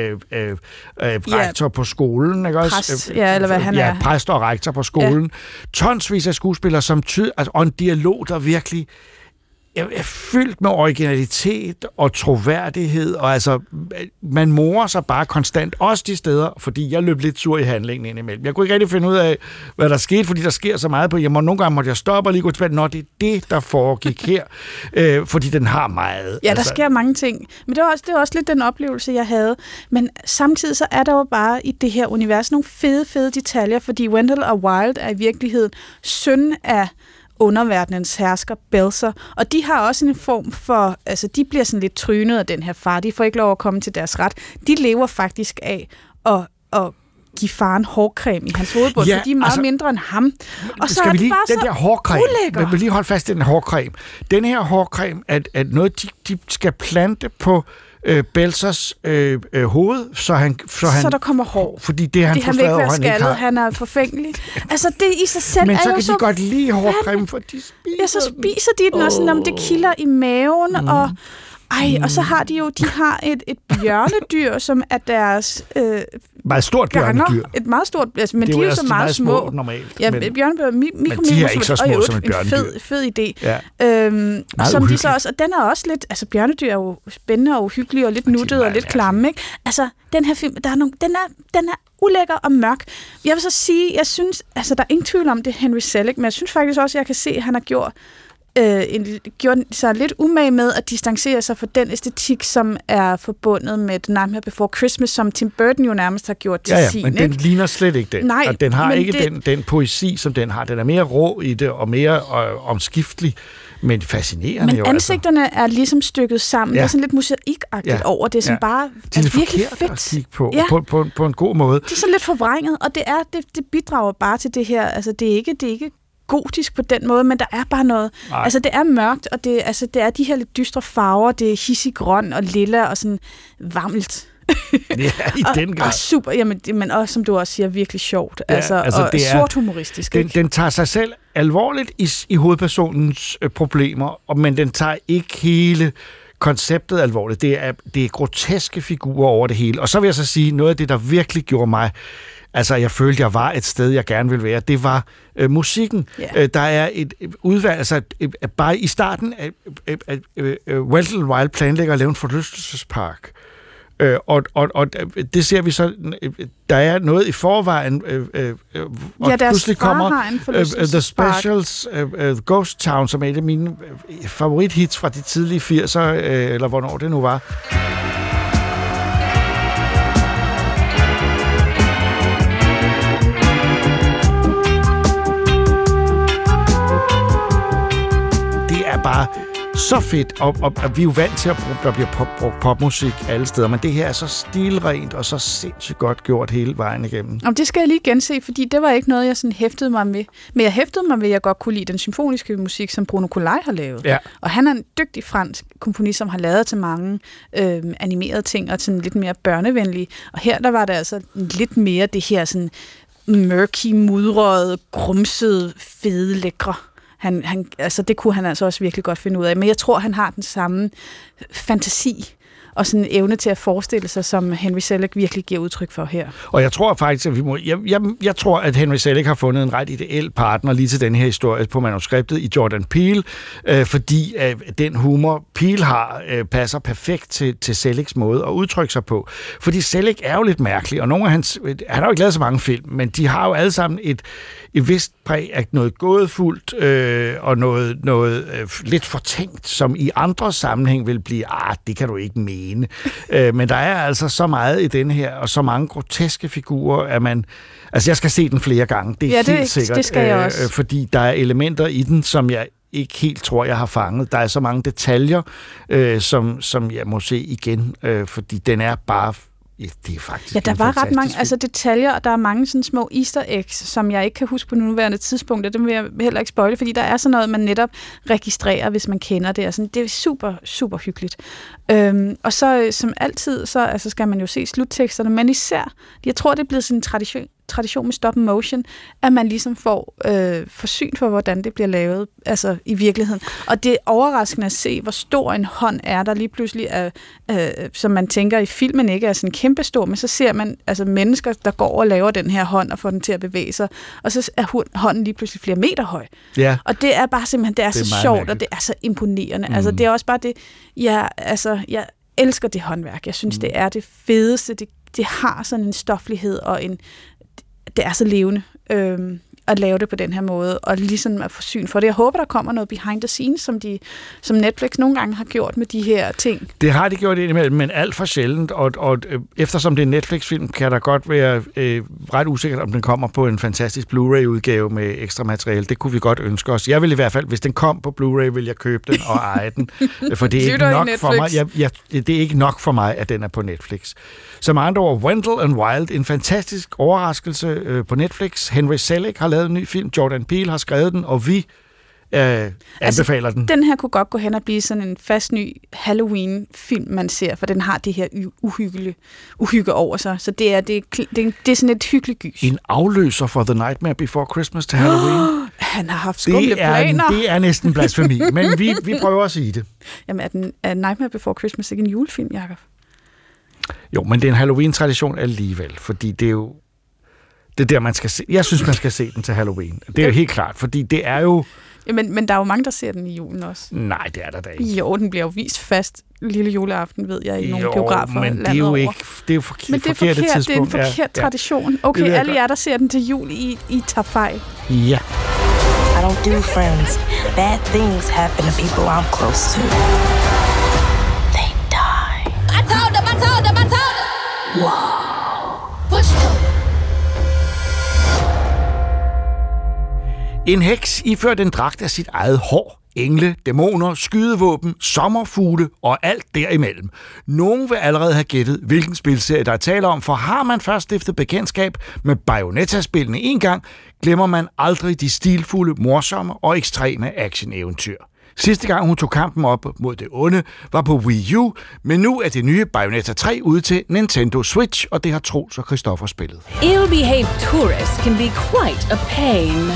Speaker 2: rektor på skolen, ikke også?
Speaker 15: Præst, eller hvad han er.
Speaker 2: Præst og rektor på skolen. Ja. Tonsvis af skuespillere, som og en dialog, der virkelig er fyldt med originalitet og troværdighed, og altså, man morer sig bare konstant, også de steder, fordi jeg løb lidt sur i handlingen indimellem. Jeg kunne ikke rigtig finde ud af, hvad der skete, fordi der sker så meget på. Nogle gange måtte jeg stoppe og lige gå tilbage, når det er det, der foregik her, fordi den har meget.
Speaker 15: Ja, der sker mange ting, men det er også lidt den oplevelse, jeg havde, men samtidig så er der jo bare i det her univers nogle fede detaljer, fordi Wendell og Wild er i virkeligheden søn af underverdenens hersker, Belzer, og de har også en form for, altså de bliver sådan lidt trynet af den her far, de får ikke lov at komme til deres ret. De lever faktisk af at give faren hårcreme i hans hovedbund, for de er meget mindre end ham. Og så er det bare
Speaker 2: den der hårcreme. Jeg vil lige holde fast i den hårcreme. Den her hårcreme er noget, de skal plante på Belzers hoved, så
Speaker 15: der kommer hår.
Speaker 2: Fordi det han
Speaker 15: vil ikke være skaldet, han er forfængelig. Altså det i sig selv
Speaker 2: men
Speaker 15: er
Speaker 2: så
Speaker 15: jo
Speaker 2: kan de godt lide hårcreme, for de spiser
Speaker 15: ja, så spiser de den, og sådan, om det kilder i maven, og så har de et bjørnedyr, som er deres
Speaker 2: meget stort bjørnedyr.
Speaker 15: Et meget stort, altså, men de er jo så meget små.
Speaker 2: Normalt,
Speaker 15: ja, bjørnedyr,
Speaker 2: men de er ikke så små som et bjørnedyr.
Speaker 15: Fed idé. Ja. Som de så også, og den er også lidt, altså bjørnedyr er jo spændende og uhyggelig og lidt nuttet og lidt klamme, ikke? Altså, den her film, den er ulækker og mørk. Jeg vil så sige, jeg synes, altså der er ingen tvivl om det Henry Selick, men jeg synes faktisk også, at jeg kan se, at han har gjort gjort sig lidt umage med at distancere sig fra den æstetik, som er forbundet med The Nightmare Before Christmas, som Tim Burton jo nærmest har gjort til sin.
Speaker 2: Men den ligner slet ikke den.
Speaker 15: Nej,
Speaker 2: og den har ikke den poesi, som den har. Den er mere rå i det, og mere omskiftelig, men fascinerende.
Speaker 15: Men ansigterne er ligesom stykket sammen. Ja. Det er sådan lidt mosaikagtigt over. Det er sådan bare
Speaker 2: det er
Speaker 15: virkelig fedt.
Speaker 2: At kigge på, på en god måde.
Speaker 15: Det er sådan lidt forvrænget, og det bidrager bare til det her. Altså, det er ikke gotisk på den måde, men der er bare noget. Nej. Altså, det er mørkt, og det er de her lidt dystre farver. Det er hissig grøn og lilla og sådan varmt.
Speaker 2: Ja, i den grad.
Speaker 15: Og super, men også, som du også siger, virkelig sjovt. Ja, altså og det sort humoristisk.
Speaker 2: Den tager sig selv alvorligt i hovedpersonens problemer, men den tager ikke hele konceptet alvorligt. Det er groteske figurer over det hele. Og så vil jeg så sige, noget af det, der virkelig gjorde mig, altså jeg følte, jeg var et sted, jeg gerne ville være, det var musikken. Yeah. Der er et udvalg, altså bare i starten, Wet n Wild planlægger at lave en forlystelsespark. Og det ser vi så, der er noget i forvejen, og pludselig kommer The Specials, Ghost Town, som er et af mine favorithits fra de tidlige 80'er, eller hvornår det nu var. Det er bare så fedt, og vi er jo vant til, at der bliver brugt popmusik alle steder, men det her er så stilrent og så sindssygt godt gjort hele vejen igennem.
Speaker 15: Og det skal jeg lige gense, fordi det var ikke noget, jeg sådan hæftede mig med. Men jeg hæftede mig ved, at jeg godt kunne lide den symfoniske musik, som Bruno Colai har lavet. Ja. Og han er en dygtig fransk komponist, som har lavet til mange animerede ting, og sådan lidt mere børnevenlige. Og her, der var det altså lidt mere det her sådan mørky, mudrede, grumsede, fede, lækre. Altså, det kunne han altså også virkelig godt finde ud af. Men jeg tror, han har den samme fantasi og sådan en evne til at forestille sig, som Henry Selick virkelig giver udtryk for her.
Speaker 2: Og jeg tror faktisk, at jeg tror, at Henry Selick har fundet en ret ideel partner lige til den her historie på manuskriptet i Jordan Peele, fordi den humor, Peele har, passer perfekt til Selicks måde at udtrykke sig på. Fordi Selick er jo lidt mærkelig, og nogle af han har jo ikke lavet så mange film, men de har jo alle sammen et vist præg af noget gådefuldt og noget lidt fortænkt, som i andre sammenhæng vil blive, det kan du ikke mene. Men der er altså så meget i den her, og så mange groteske figurer, at man... Altså, jeg skal se den flere gange, det er helt sikkert.
Speaker 15: Det skal jeg også.
Speaker 2: Fordi der er elementer i den, som jeg ikke helt tror, jeg har fanget. Der er så mange detaljer, som jeg må se igen, fordi den er bare... Det er faktisk
Speaker 15: der var ret mange detaljer, og der er mange sådan små easter eggs, som jeg ikke kan huske på nuværende tidspunkt, og dem vil jeg heller ikke spoile, fordi der er sådan noget, man netop registrerer, hvis man kender det, og sådan, det er super, super hyggeligt. Og så som altid, så skal man jo se slutteksterne, men især, jeg tror, det er blevet sådan en tradition med stop motion, at man ligesom får forsyn for, hvordan det bliver lavet, altså i virkeligheden. Og det er overraskende at se, hvor stor en hånd er der lige pludselig, som man tænker i filmen ikke er sådan kæmpestor, men så ser man altså mennesker, der går og laver den her hånd og får den til at bevæge sig, og så er hånden lige pludselig flere meter høj. Ja. Og det er bare simpelthen, det er så sjovt, mærkeligt. Og det er så imponerende. Altså det er også bare det, jeg elsker det håndværk. Jeg synes, det er det fedeste. Det har sådan en stoflighed og det er så levende at lave det på den her måde, og ligesom at få syn for det. Jeg håber, der kommer noget behind the scenes, som Netflix nogle gange har gjort med de her ting.
Speaker 2: Det har de gjort indimellem, men alt for sjældent, og eftersom det er en Netflix-film, kan der godt være ret usikkert, om den kommer på en fantastisk Blu-ray-udgave med ekstra materiale. Det kunne vi godt ønske os. Jeg vil i hvert fald, hvis den kom på Blu-ray, vil jeg købe den og eje den, for det er ikke nok for mig. Det er ikke nok for mig, at den er på Netflix. Som andre ord, Wendell & Wild, en fantastisk overraskelse på Netflix. Henry Selick har lavet en ny film, Jordan Peele har skrevet den, og vi anbefaler den.
Speaker 15: Den her kunne godt gå hen og blive sådan en fast ny Halloween-film, man ser, for den har det her uhygge over sig. Så det er sådan et hyggeligt gys.
Speaker 2: En afløser for The Nightmare Before Christmas til Halloween.
Speaker 15: Han har haft skumle planer.
Speaker 2: Det er næsten blasfemi, men vi prøver at sige det.
Speaker 15: Jamen, er Nightmare Before Christmas ikke en julefilm, Jacob?
Speaker 2: Jo, men det er en Halloween-tradition alligevel, fordi det er jo det der, man skal se. Jeg synes, man skal se den til Halloween. Det er jo helt klart, fordi det er jo...
Speaker 15: Ja, men der er jo mange, der ser den i julen også.
Speaker 2: Nej, det er der da ikke.
Speaker 15: Jo, den bliver jo vist fast lille juleaften, ved jeg, i nogle biografer
Speaker 2: men det er jo ikke... Det er jo forkert tidspunkt.
Speaker 15: Det er en forkert tradition. Okay, alle jer, der ser den til jul, I tager fejl.
Speaker 2: Ja.
Speaker 9: I
Speaker 16: don't do, friends. Bad things happen to people I'm close to. They die.
Speaker 17: I told them. Whoa. Push them.
Speaker 2: En heks iført en dragt af sit eget hår. Engle, dæmoner, skydevåben, sommerfugle og alt derimellem. Nogen vil allerede have gættet, hvilken spilserie der er tale om, for har man først stiftet bekendtskab med Bayonetta-spillene en gang, glemmer man aldrig de stilfulde, morsomme og ekstreme action-eventyr. Sidste gang hun tog kampen op mod det onde, var på Wii U, men nu er det nye Bayonetta 3 ude til Nintendo Switch, og det har Troels og Christoffer spillet.
Speaker 18: Ill-behaved tourists can be quite a pain.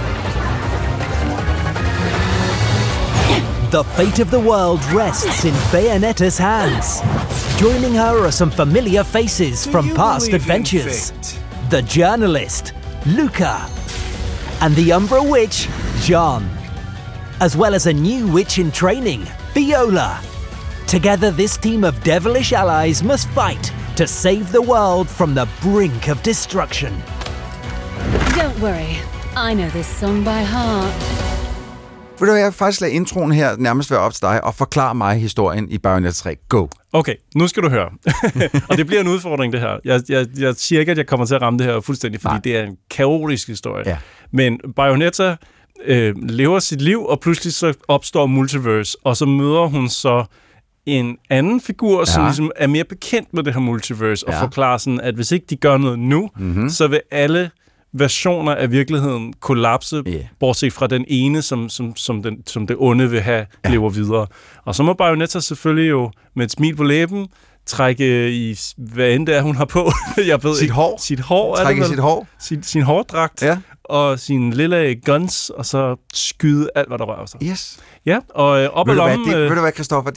Speaker 19: The fate of the world rests in Bayonetta's hands. Joining her are some familiar faces from past adventures. The journalist, Luca, and the Umbra Witch, John, as well as a new witch in training, Viola. Together, this team of devilish allies must fight to save the world from the brink of destruction.
Speaker 18: Don't worry, I know this song by heart.
Speaker 7: Vil du jeg faktisk lade introen her nærmest være op til dig og forklare mig historien i Bayonetta 3. Go!
Speaker 8: Okay, nu skal du høre. Og det bliver en udfordring, det her. Jeg siger ikke, at jeg kommer til at ramme det her fuldstændig, fordi det er en kaotisk historie. Ja. Men Bayonetta lever sit liv, og pludselig så opstår multiverse, og så møder hun så en anden figur, som ligesom er mere bekendt med det her multiverse, og forklarer sådan, at hvis ikke de gør noget nu, så vil alle versioner af virkeligheden kollapse, bortset fra den ene, som det onde vil have, lever videre. Og så må Bayonetta selvfølgelig jo med et smil på læben trække i, hvad end det er, hun har på. Jeg ved
Speaker 7: sit hår.
Speaker 8: Sit hår.
Speaker 7: Trække sit hår.
Speaker 8: Sin hårdragt. Ja. Og sin lille guns, og så skyde alt, hvad der rører sig.
Speaker 7: Yes.
Speaker 8: Ja, og op ad lommen...
Speaker 7: Ved du hvad, Christoffer?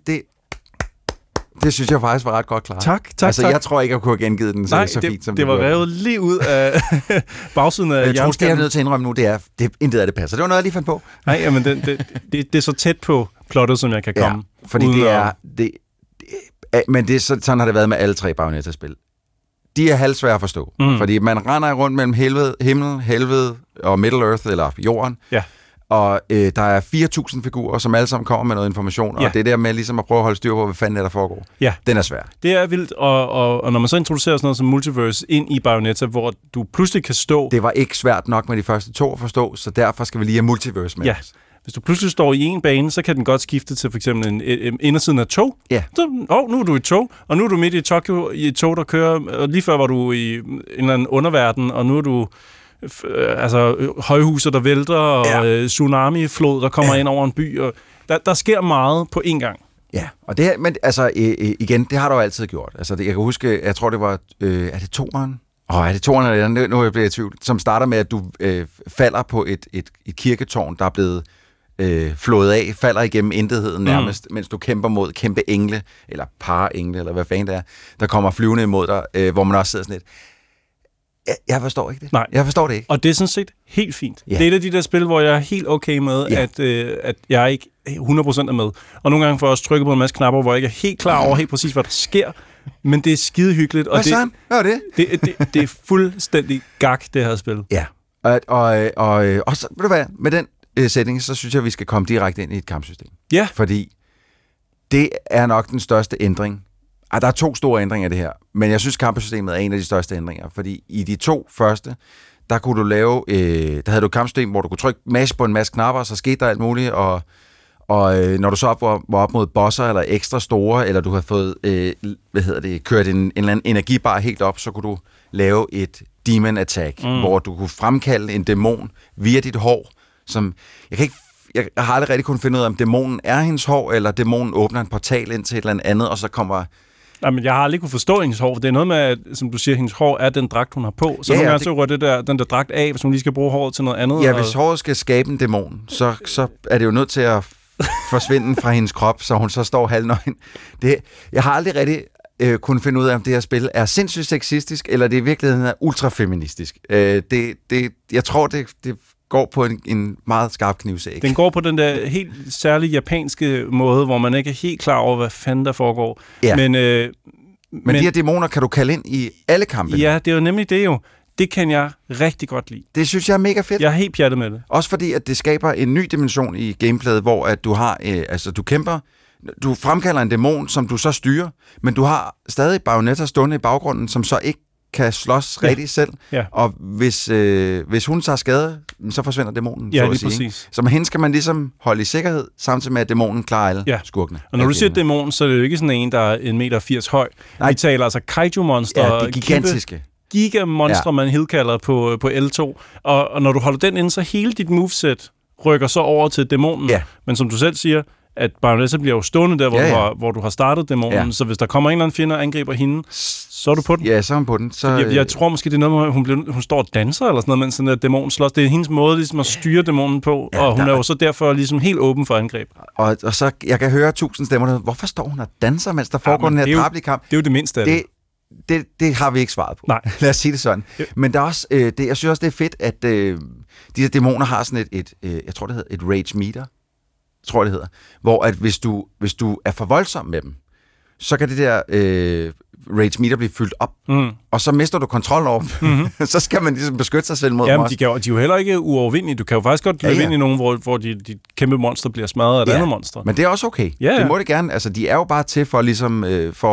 Speaker 7: Det synes jeg faktisk var ret godt klart.
Speaker 8: Tak.
Speaker 7: Altså, jeg tror ikke, jeg kunne have gengivet den så fint, som
Speaker 8: det var revet lige ud af bagsiden af
Speaker 7: jernskaden. Jeg tror, det jeg er nødt til at indrømme nu, det er intet af det passer. Det var noget, jeg lige fandt på.
Speaker 8: Nej, men det er så tæt på plottet, som jeg kan komme.
Speaker 7: Ja, fordi men sådan har det været med alle 3 Bayonetta-spil. De er halvsvære at forstå, fordi man render rundt mellem himmel, helvede og Middle Earth, eller jorden. Ja. Og der er 4.000 figurer, som alle sammen kommer med noget information, og det der med ligesom at prøve at holde styr på, hvad fanden er der foregår, den er svær.
Speaker 8: Det er vildt, og når man så introducerer sådan noget som multiverse ind i Bayonetta, hvor du pludselig kan stå...
Speaker 7: Det var ikke svært nok med de første 2 at forstå, så derfor skal vi lige have multiverse med os.
Speaker 8: Hvis du pludselig står i en bane, så kan den godt skifte til for eksempel en indersiden af tog. Ja. Så, nu er du i tog, og nu er du midt i Tokyo i et tog, der kører, og lige før var du i en eller anden underverden, og nu er du højhuser, der vælter, og tsunami-flod, der kommer ind over en by. Og der sker meget på én gang.
Speaker 7: Ja, og det her, men altså igen, det har du jo altid gjort. Altså, jeg kan huske, jeg tror, det var, er det 2'eren? Er det 2'eren eller nu er jeg blevet i tvivl, som starter med, at du falder på et kirketårn, der er blevet flået af, falder igennem intetheden nærmest, mens du kæmper mod kæmpe engle, eller parengle, eller hvad fanden det er, der kommer flyvende imod dig, hvor man også sidder sådan lidt. Jeg forstår ikke det.
Speaker 8: Nej.
Speaker 7: Jeg forstår det ikke.
Speaker 8: Og det er sådan set helt fint. Ja. Det er et af de der spil, hvor jeg er helt okay med, at jeg ikke 100% er med. Og nogle gange får jeg også trykket på en masse knapper, hvor jeg ikke er helt klar over helt præcis, hvad der sker. Men det er skide hyggeligt. Og
Speaker 7: hvad
Speaker 8: det er fuldstændig gak, det her spil.
Speaker 7: Ja. Og så, ved du hvad, med den setting, så synes jeg, vi skal komme direkte ind i et kampsystem.
Speaker 8: Ja.
Speaker 7: Fordi det er nok den største ændring. Der er 2 store ændringer af det her, men jeg synes, kampsystemet er en af de største ændringer, fordi i de 2 første, der kunne du lave, der havde du et kampsystem, hvor du kunne trykke masse på en masse knapper, så skete der alt muligt, og når du så var op mod bosser, eller ekstra store, eller du havde fået, kørt en eller anden energibar helt op, så kunne du lave et demon attack, hvor du kunne fremkalde en dæmon via dit hår, som, jeg har aldrig rigtig kunnet finde ud af, om dæmonen er hendes hår, eller dæmonen åbner en portal ind til et eller andet, og så kommer...
Speaker 8: Nej, men jeg har aldrig kunne forstå hendes hår. Det er noget med, at, som du siger, hendes hår er den dragt, hun har på. Så nogle gange så rører den der dragt af, hvis hun lige skal bruge håret til noget andet.
Speaker 7: Ja, hvis håret skal skabe en dæmon, så er det jo nødt til at forsvinde fra hendes krop, så hun så står halvnøgen. Jeg har aldrig rigtig kunnet finde ud af, om det her spil er sindssygt sexistisk, eller det i virkeligheden er ultrafeministisk. Jeg tror, det går på en meget skarp knivsæg.
Speaker 8: Den går på den der helt særlige japanske måde, hvor man ikke er helt klar over, hvad fanden der foregår.
Speaker 7: Ja. Men de her dæmoner kan du kalde ind i alle kampe.
Speaker 8: Ja, det er jo nemlig det jo. Det kan jeg rigtig godt lide.
Speaker 7: Det synes jeg er mega fedt.
Speaker 8: Jeg er helt pjattet med det.
Speaker 7: Også fordi, at det skaber en ny dimension i gameplayet, hvor at du har, du kæmper, du fremkalder en dæmon, som du så styrer, men du har stadig Bayonetta stående i baggrunden, som så ikke kan slås rigtig selv. Ja. Og hvis hun tager skade, så forsvinder dæmonen.
Speaker 8: Ja, lige præcis.
Speaker 7: Så med hende skal man ligesom holde i sikkerhed, samtidig med, at dæmonen klarer alle skurkene.
Speaker 8: Og når du siger dæmon, så er det jo ikke sådan en, der er 1,80 meter høj. Nej. Vi taler altså kaiju-monster.
Speaker 7: Ja, det er gigantiske.
Speaker 8: Gigamonstre, man hedkalder på L2. Og når du holder den inde, så hele dit moveset rykker så over til dæmonen. Ja. Men som du selv siger, at Bayonetta bliver jo stående der, hvor du har startet dæmonen. Ja. Så hvis der kommer en eller anden fjende og angriber hende, så er du på den.
Speaker 7: Ja, så er hun på den. Så,
Speaker 8: jeg tror måske, det er noget med, hun står og danser eller sådan noget, mens den der dæmon slås. Det er hendes måde ligesom at styre dæmonen på, og hun er jo så derfor ligesom helt åben for angreb.
Speaker 7: Og så, jeg kan høre 1000 stemmer. Hvorfor står hun og danser, mens der foregår den her drabelige kamp?
Speaker 8: Det er jo det mindste af det.
Speaker 7: Det har vi ikke svaret på.
Speaker 8: Nej.
Speaker 7: Lad os sige det sådan. Ja. Men der er også, jeg synes også, det er fedt, at de her dæmoner har sådan jeg tror, det hedder et rage meter, tror det hedder, hvor at hvis du er for voldsom med dem, så kan det der rage meter blive fyldt op, og så mister du kontrol over dem. Så skal man ligesom beskytte sig selv mod dem også.
Speaker 8: De er jo heller ikke uovervindelige. Du kan jo faktisk godt løbe ind i nogen, hvor de kæmpe monster bliver smadret af et andet monster.
Speaker 7: Men det er også okay. Ja. Det må det gerne. Altså, de er jo bare til for ligesom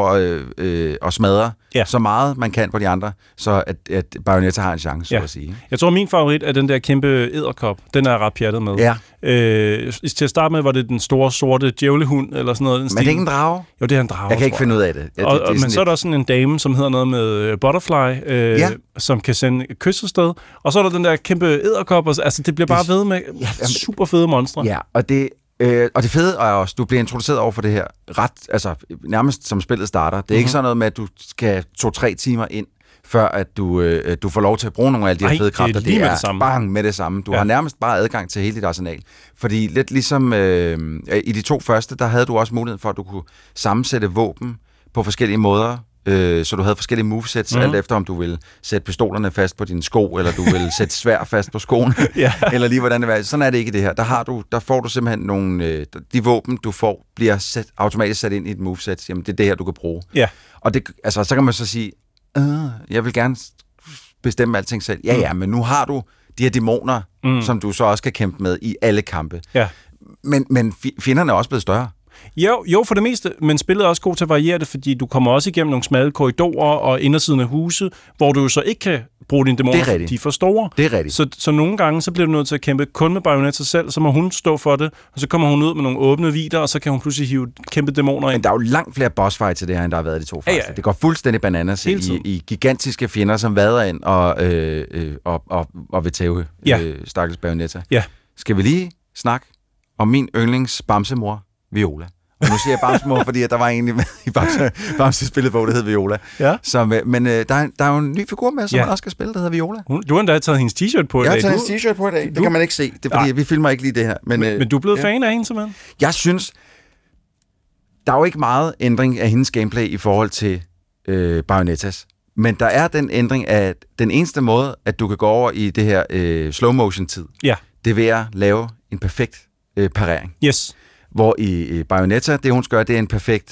Speaker 7: at smadre så meget man kan på de andre, så at Bayonetta har en chance, så at sige. Jeg
Speaker 8: tror, min favorit er den der kæmpe edderkop. Den er jeg ret pjattet med.
Speaker 7: Ja.
Speaker 8: Til at starte med var det den store sorte djævlehund eller sådan noget.
Speaker 7: Men det er ikke en drage?
Speaker 8: Jo, det er en drage.
Speaker 7: Jeg kan ikke finde ud af det.
Speaker 8: Men så er der også sådan en dame, som hedder noget med Butterfly, som kan sende et kys afsted. Og så er der den der kæmpe edderkop. Altså, det bliver bare ved med super fede monstre.
Speaker 7: Ja, og det fede er også, du bliver introduceret over for det her nærmest som spillet starter. Det er ikke sådan noget med, at du skal 2-3 timer ind, før at du får lov til at bruge nogle af alle de her fede kræfter.
Speaker 8: Det er
Speaker 7: bang med det samme. Du har nærmest bare adgang til hele dit arsenal. Fordi lidt ligesom i de 2 første, der havde du også mulighed for, at du kunne sammensætte våben på forskellige måder, så du havde forskellige movesets, alt efter om du ville sætte pistolerne fast på dine sko, eller du ville sætte sværd fast på skoene, eller lige hvordan det var. Sådan er det ikke det her. Der får du simpelthen nogle... de våben, du får, bliver automatisk sat ind i et moveset. Jamen, det er det her, du kan bruge.
Speaker 8: Ja.
Speaker 7: Og det, altså, så kan man så sige, jeg vil gerne bestemme alting selv. Ja, men nu har du de her dæmoner, som du så også kan kæmpe med i alle kampe.
Speaker 8: Ja.
Speaker 7: Men fjenderne er også blevet større.
Speaker 8: Jo, for det meste, men spillet er også god til at variere det, fordi du kommer også igennem nogle smalle korridorer og indersiden af huse, hvor du jo så ikke kan bruge dine dæmoner, fordi de er for store.
Speaker 7: Det er rigtigt.
Speaker 8: Så nogle gange, så bliver du nødt til at kæmpe kun med Bayonetta selv, så må hun stå for det, og så kommer hun ud med nogle åbne vider, og så kan hun pludselig hive kæmpe dæmoner ind.
Speaker 7: Men der er jo langt flere bossfights til det her, end der har været i de 2 første. Ja. Det går fuldstændig bananas i gigantiske fjender, som vader ind og vil tæve stakkels Bayonetta.
Speaker 8: Ja.
Speaker 7: Skal vi lige snakke om min yndlings bamsemor, Viola? Og nu siger jeg Bamsemor, fordi der var egentlig med i Bamse-spillet, hvor det hed Viola.
Speaker 8: Ja.
Speaker 7: Men der er jo en ny figur med, som man også skal spille, der hedder Viola.
Speaker 8: Du har endda taget hendes t-shirt på i dag.
Speaker 7: Jeg har taget hendes t-shirt på i dag. Det kan man ikke se. Det er fordi, vi filmer ikke lige det her.
Speaker 8: Men du er blevet fan af hende, simpelthen?
Speaker 7: Jeg synes, der er jo ikke meget ændring af hendes gameplay i forhold til Bayonettas. Men der er den ændring af den eneste måde, at du kan gå over i det her slow motion tid.
Speaker 8: Ja.
Speaker 7: Det er ved at lave en perfekt parering.
Speaker 8: Yes.
Speaker 7: Hvor i Bayonetta, det hun skal gøre, det er en perfekt,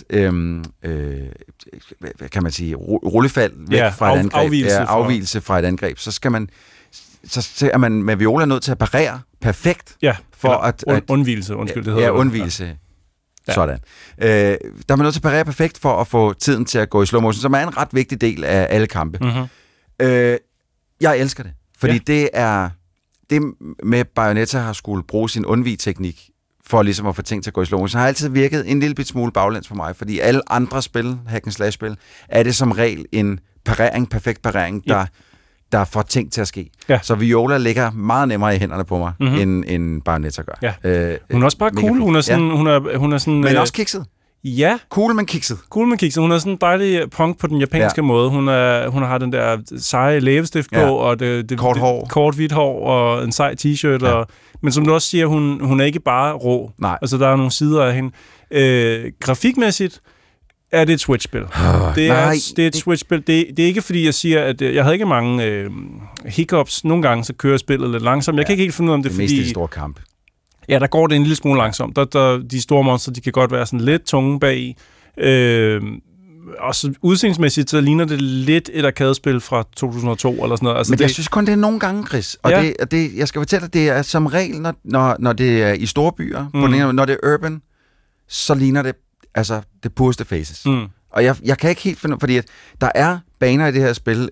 Speaker 7: hvad kan man sige, rullefald væk fra et angreb. Afvigelse fra et angreb. Så er man med Viola nødt til at parere perfekt.
Speaker 8: Ja,
Speaker 7: for at
Speaker 8: undvigelse, undskyld, det hedder.
Speaker 7: Ja, undvigelse. Ja. Sådan. Der er man nødt til at parere perfekt for at få tiden til at gå i slow motion, som er en ret vigtig del af alle kampe. Jeg elsker det, fordi det med Bayonetta har skulle bruge sin undvig-teknik for ligesom at få ting til at gå i slow motion, har altid virket en lille bit smule baglæns for mig, fordi alle andre spil, hack and slash spil, er det som regel en perfekt parering, der får ting til at ske. Ja. Så Viola ligger meget nemmere i hænderne på mig, end Bayonetta gør.
Speaker 8: Ja. Hun er også bare cool. Hun er sådan...
Speaker 7: Men også kikset.
Speaker 8: Ja.
Speaker 7: Cool, men kikset.
Speaker 8: Hun er sådan en dejlig punk på den japanske måde. Hun har den der seje læbestift på, og det kort hvidt hår, og en sej t-shirt. Ja. Men som du også siger, hun er ikke bare rå.
Speaker 7: Nej.
Speaker 8: Altså, der er nogle sider af hende. Grafikmæssigt er det et Switch-spil. Det er et Switch-spil. Det er ikke fordi, jeg siger, at jeg havde ikke mange hiccups. Nogle gange så kører spillet lidt langsomt. Jeg kan ikke helt finde ud af, om det er fordi...
Speaker 7: Det mest i stor kamp.
Speaker 8: Ja, der går det en lille smule langsomt. De store monster, de kan godt være sådan lidt tunge bag. også udseendsmæssigt, så ligner det lidt et arkadespil fra 2002 eller sådan noget. Altså,
Speaker 7: men jeg synes kun, det er nogle gange, Chris. Og det, jeg skal fortælle dig, det er som regel, når det er i store byer, når det er urban, så ligner det altså det pureste faces. Og jeg kan ikke helt finde, fordi at der er baner i det her spil,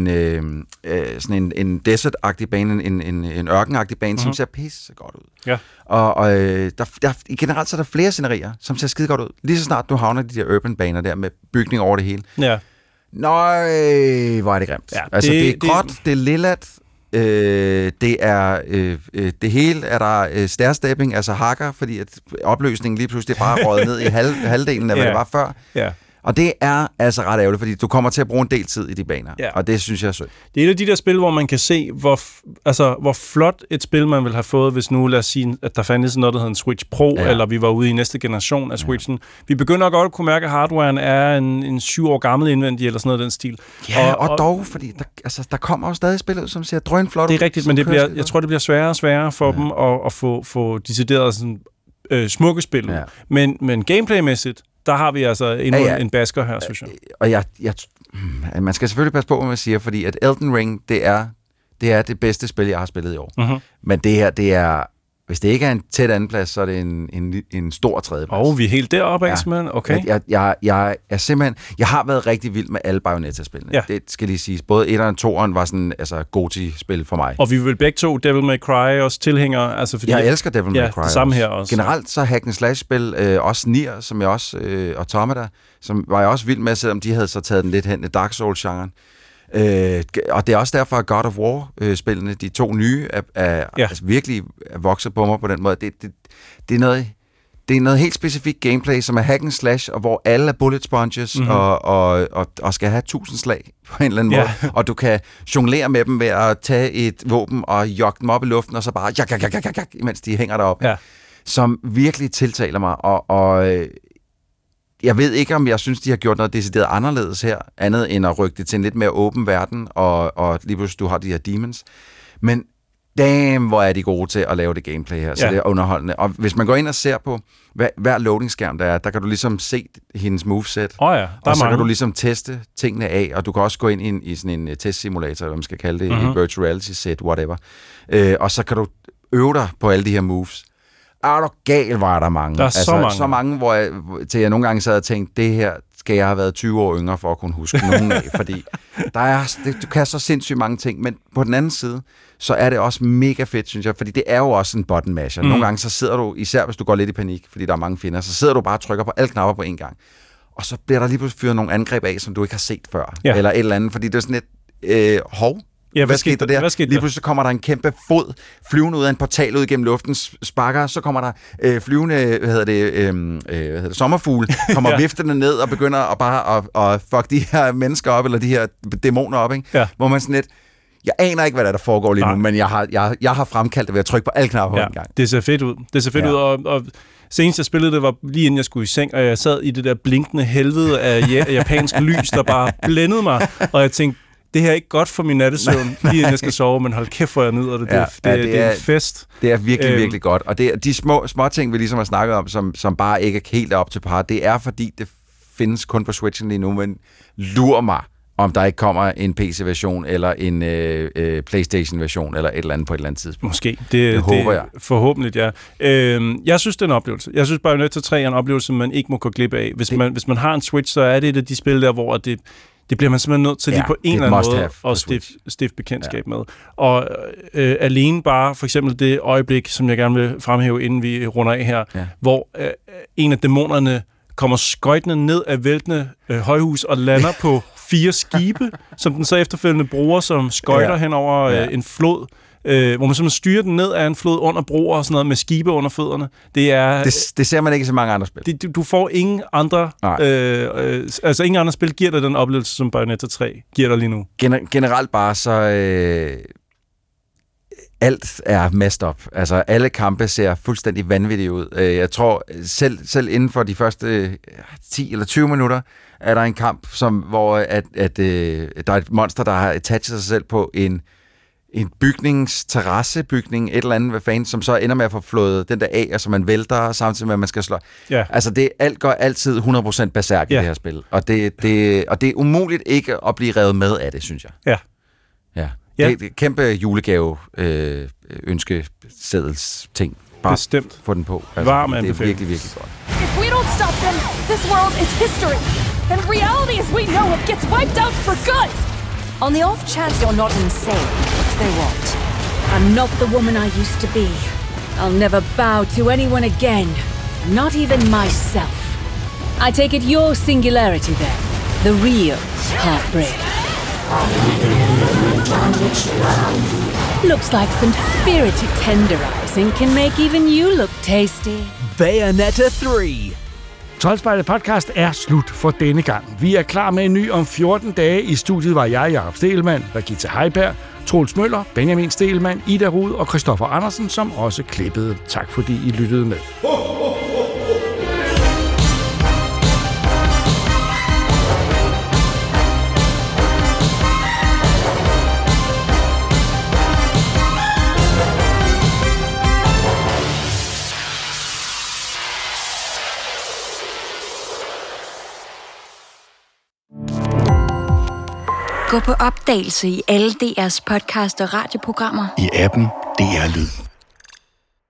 Speaker 7: sådan en desert-agtig bane, en ørken-agtig bane, som ser pisse godt ud.
Speaker 8: Ja.
Speaker 7: Og generelt så er der flere scenerier, som ser skide godt ud. Lige så snart du havner i de der urban-baner der med bygning over det hele.
Speaker 8: Ja.
Speaker 7: Nøj, hvor er det grimt. Ja, altså, det er gråt, det er lillet, det er det hele er der stærstepping, altså hakker, fordi at opløsningen lige pludselig bare røget ned i halvdelen af, hvad det var før.
Speaker 8: Ja.
Speaker 7: Og det er altså ret ærgerligt, fordi du kommer til at bruge en del tid i de baner, og det synes jeg er sødt.
Speaker 8: Det er et af de der spil, hvor man kan se, hvor flot et spil man vil have fået, hvis nu, lad os sige, at der fandtes noget, der hedder en Switch Pro, eller vi var ude i næste generation af Switchen. Ja. Vi begynder godt at kunne mærke, at hardwaren er en 7 år gammel indvendig, eller sådan noget af den stil.
Speaker 7: Ja, og dog, fordi der kommer jo stadig spillet, som ser drønflot ud.
Speaker 8: Det er rigtigt, men jeg tror, det bliver sværere og sværere for dem at få decideret sådan, smukke spil. Ja. Men gameplaymæssigt, der har vi altså endnu en basker her, synes jeg.
Speaker 7: Og man skal selvfølgelig passe på, hvad man siger, fordi at Elden Ring, det er det bedste spil, jeg har spillet i år. Uh-huh. Men det her, det er, hvis det ikke er en tæt andenplads, så er det en stor tredjeplads.
Speaker 8: Vi er helt deroppe, simpelthen. Okay.
Speaker 7: Jeg er simpelthen, jeg har været rigtig vild med alle Bayonetta-spillene. Ja. Det skal lige siges. Både 1'eren og 2'eren var sådan, altså GOTY-spil for mig.
Speaker 8: Og vi vil begge to Devil May Cry også tilhængere. Altså, fordi
Speaker 7: jeg elsker Devil May Cry.
Speaker 8: Det samme her også.
Speaker 7: Generelt så hack and slash-spil, også Nier, som jeg også, og Automata, som var jeg også vild med, selvom de havde så taget den lidt hen i Dark Souls-genren. Og det er også derfor, at God of War-spillene, de 2 nye, altså virkelig vokset på mig på den måde. Det er noget helt specifikt gameplay, som er hack and slash, og hvor alle er bullet sponges, og skal have 1000 slag på en eller anden måde. Og du kan jonglere med dem ved at tage et våben og jogge dem op i luften, og så bare jak, imens de hænger deroppe. Ja. Som virkelig tiltaler mig, og jeg ved ikke, om jeg synes, de har gjort noget decideret anderledes her, andet end at rykke det til en lidt mere åben verden, og lige pludselig du har de her demons. Men damn, hvor er de gode til at lave det gameplay her, så det er underholdende. Og hvis man går ind og ser på hver loading-skærm, der kan du ligesom se hendes moveset, og så kan du ligesom teste tingene af, og du kan også gå ind i sådan en testsimulator, eller man skal kalde det, et virtual reality set, whatever. Og så kan du øve dig på alle de her moves. Er du gal, var der mange.
Speaker 8: Der er
Speaker 7: så mange, hvor jeg nogle gange sad og tænkte, det her skal jeg have været 20 år yngre for at kunne huske nogen af, fordi du kan så sindssygt mange ting, men på den anden side, så er det også mega fedt, synes jeg, fordi det er jo også en button masher. Nogle gange så sidder du, især hvis du går lidt i panik, fordi der er mange fjender, så sidder du bare og trykker på alle knapper på en gang, og så bliver der lige pludselig fyret nogle angreb af, som du ikke har set før, eller et eller andet, fordi det er sådan et
Speaker 8: Ja,
Speaker 7: hvad skete der? Lige pludselig kommer der en kæmpe fod flyvende ud af en portal ud gennem luften, sparker, så kommer der flyvende, sommerfugle, kommer viftende ned og begynder at bare at fuck de her mennesker op, eller de her dæmoner op, ikke? Ja. Hvor man sådan lidt, jeg aner ikke, hvad der foregår lige nu, men jeg har fremkaldt det ved at trykke på alle knapper på en gang.
Speaker 8: Det ser fedt ud. ud, og senest jeg spillede det var lige inden jeg skulle i seng, og jeg sad i det der blinkende helvede af japansk lys, der bare blændede mig, og jeg tænkte, det her er ikke godt for min nattesøvn, lige inden jeg skal sove, men hold kæft, hvor jeg nyder det. Det er en fest.
Speaker 7: Det er virkelig, virkelig godt. Og det er de små ting, vi ligesom har snakket om, som bare ikke er helt op til par, det er fordi, det findes kun på Switchen lige nu, men lurer mig, om der ikke kommer en PC-version, eller en PlayStation-version, eller et eller andet på et eller andet tidspunkt.
Speaker 8: Måske. Det håber jeg. Forhåbentlig, ja. Jeg synes, det er en oplevelse. Jeg synes, Bayonetta 3 er en oplevelse, man ikke må gå glip af. Hvis man har en Switch, så er det et af de spil der, hvor det bliver man simpelthen nødt til lige på en eller anden måde at stifte bekendtskab med. Og alene bare for eksempel det øjeblik, som jeg gerne vil fremhæve, inden vi runder af her, hvor en af dæmonerne kommer skøjtende ned af væltende højhus og lander på 4 skibe, som den så efterfølgende bruger som skøjter hen over en flod. Hvor man simpelthen styrer den ned af en flod under broer og sådan noget med skibe under fødderne.
Speaker 7: Det ser man ikke i så mange andre spil.
Speaker 8: Du får ingen andre... altså ingen andre spil giver dig den oplevelse, som Bayonetta 3 giver dig lige nu.
Speaker 7: Generelt bare så... alt er messed up. Altså, alle kampe ser fuldstændig vanvittige ud. Jeg tror, selv inden for de første 10 eller 20 minutter, er der en kamp, hvor der er et monster, der har attachet sig selv på en en terrassebygning, et eller andet, hvad fanden, som så ender med at få flået den der af, og så man vælter, samtidig med, at man skal slå. Ja. Altså, alt går altid 100% berserk i det her spil. Og det er umuligt ikke at blive revet med af det, synes jeg.
Speaker 8: Ja.
Speaker 7: Det er et kæmpe julegave, ønskesedelsting. Bare
Speaker 8: bestemt.
Speaker 7: Få den på.
Speaker 8: Altså, varm
Speaker 7: det er
Speaker 8: anbefaling.
Speaker 7: virkelig, virkelig godt.
Speaker 14: If we don't stop them, this world is history. And reality as we know it gets wiped out for good.
Speaker 20: On the off chance you're not insane, they won't.
Speaker 18: I'm not the woman I used to be. I'll never bow to anyone again. Not even myself. I take it your singularity then. The real heartbreak. Looks like some spirited tenderizing can make even you look tasty.
Speaker 19: Bayonetta 3.
Speaker 2: Troldspejlet podcast er slut for denne gang. Vi er klar med en ny om 14 dage. I studiet var jeg, Jakob Stegelmann, Regitze Heiberg, Troels Møller, Benjamin Stegelmann, Ida Rud og Christoffer Andersen, som også klippede. Tak fordi I lyttede med.
Speaker 21: Gå på opdagelse i alle DR's podcast og radioprogrammer.
Speaker 13: I appen DR Lyd.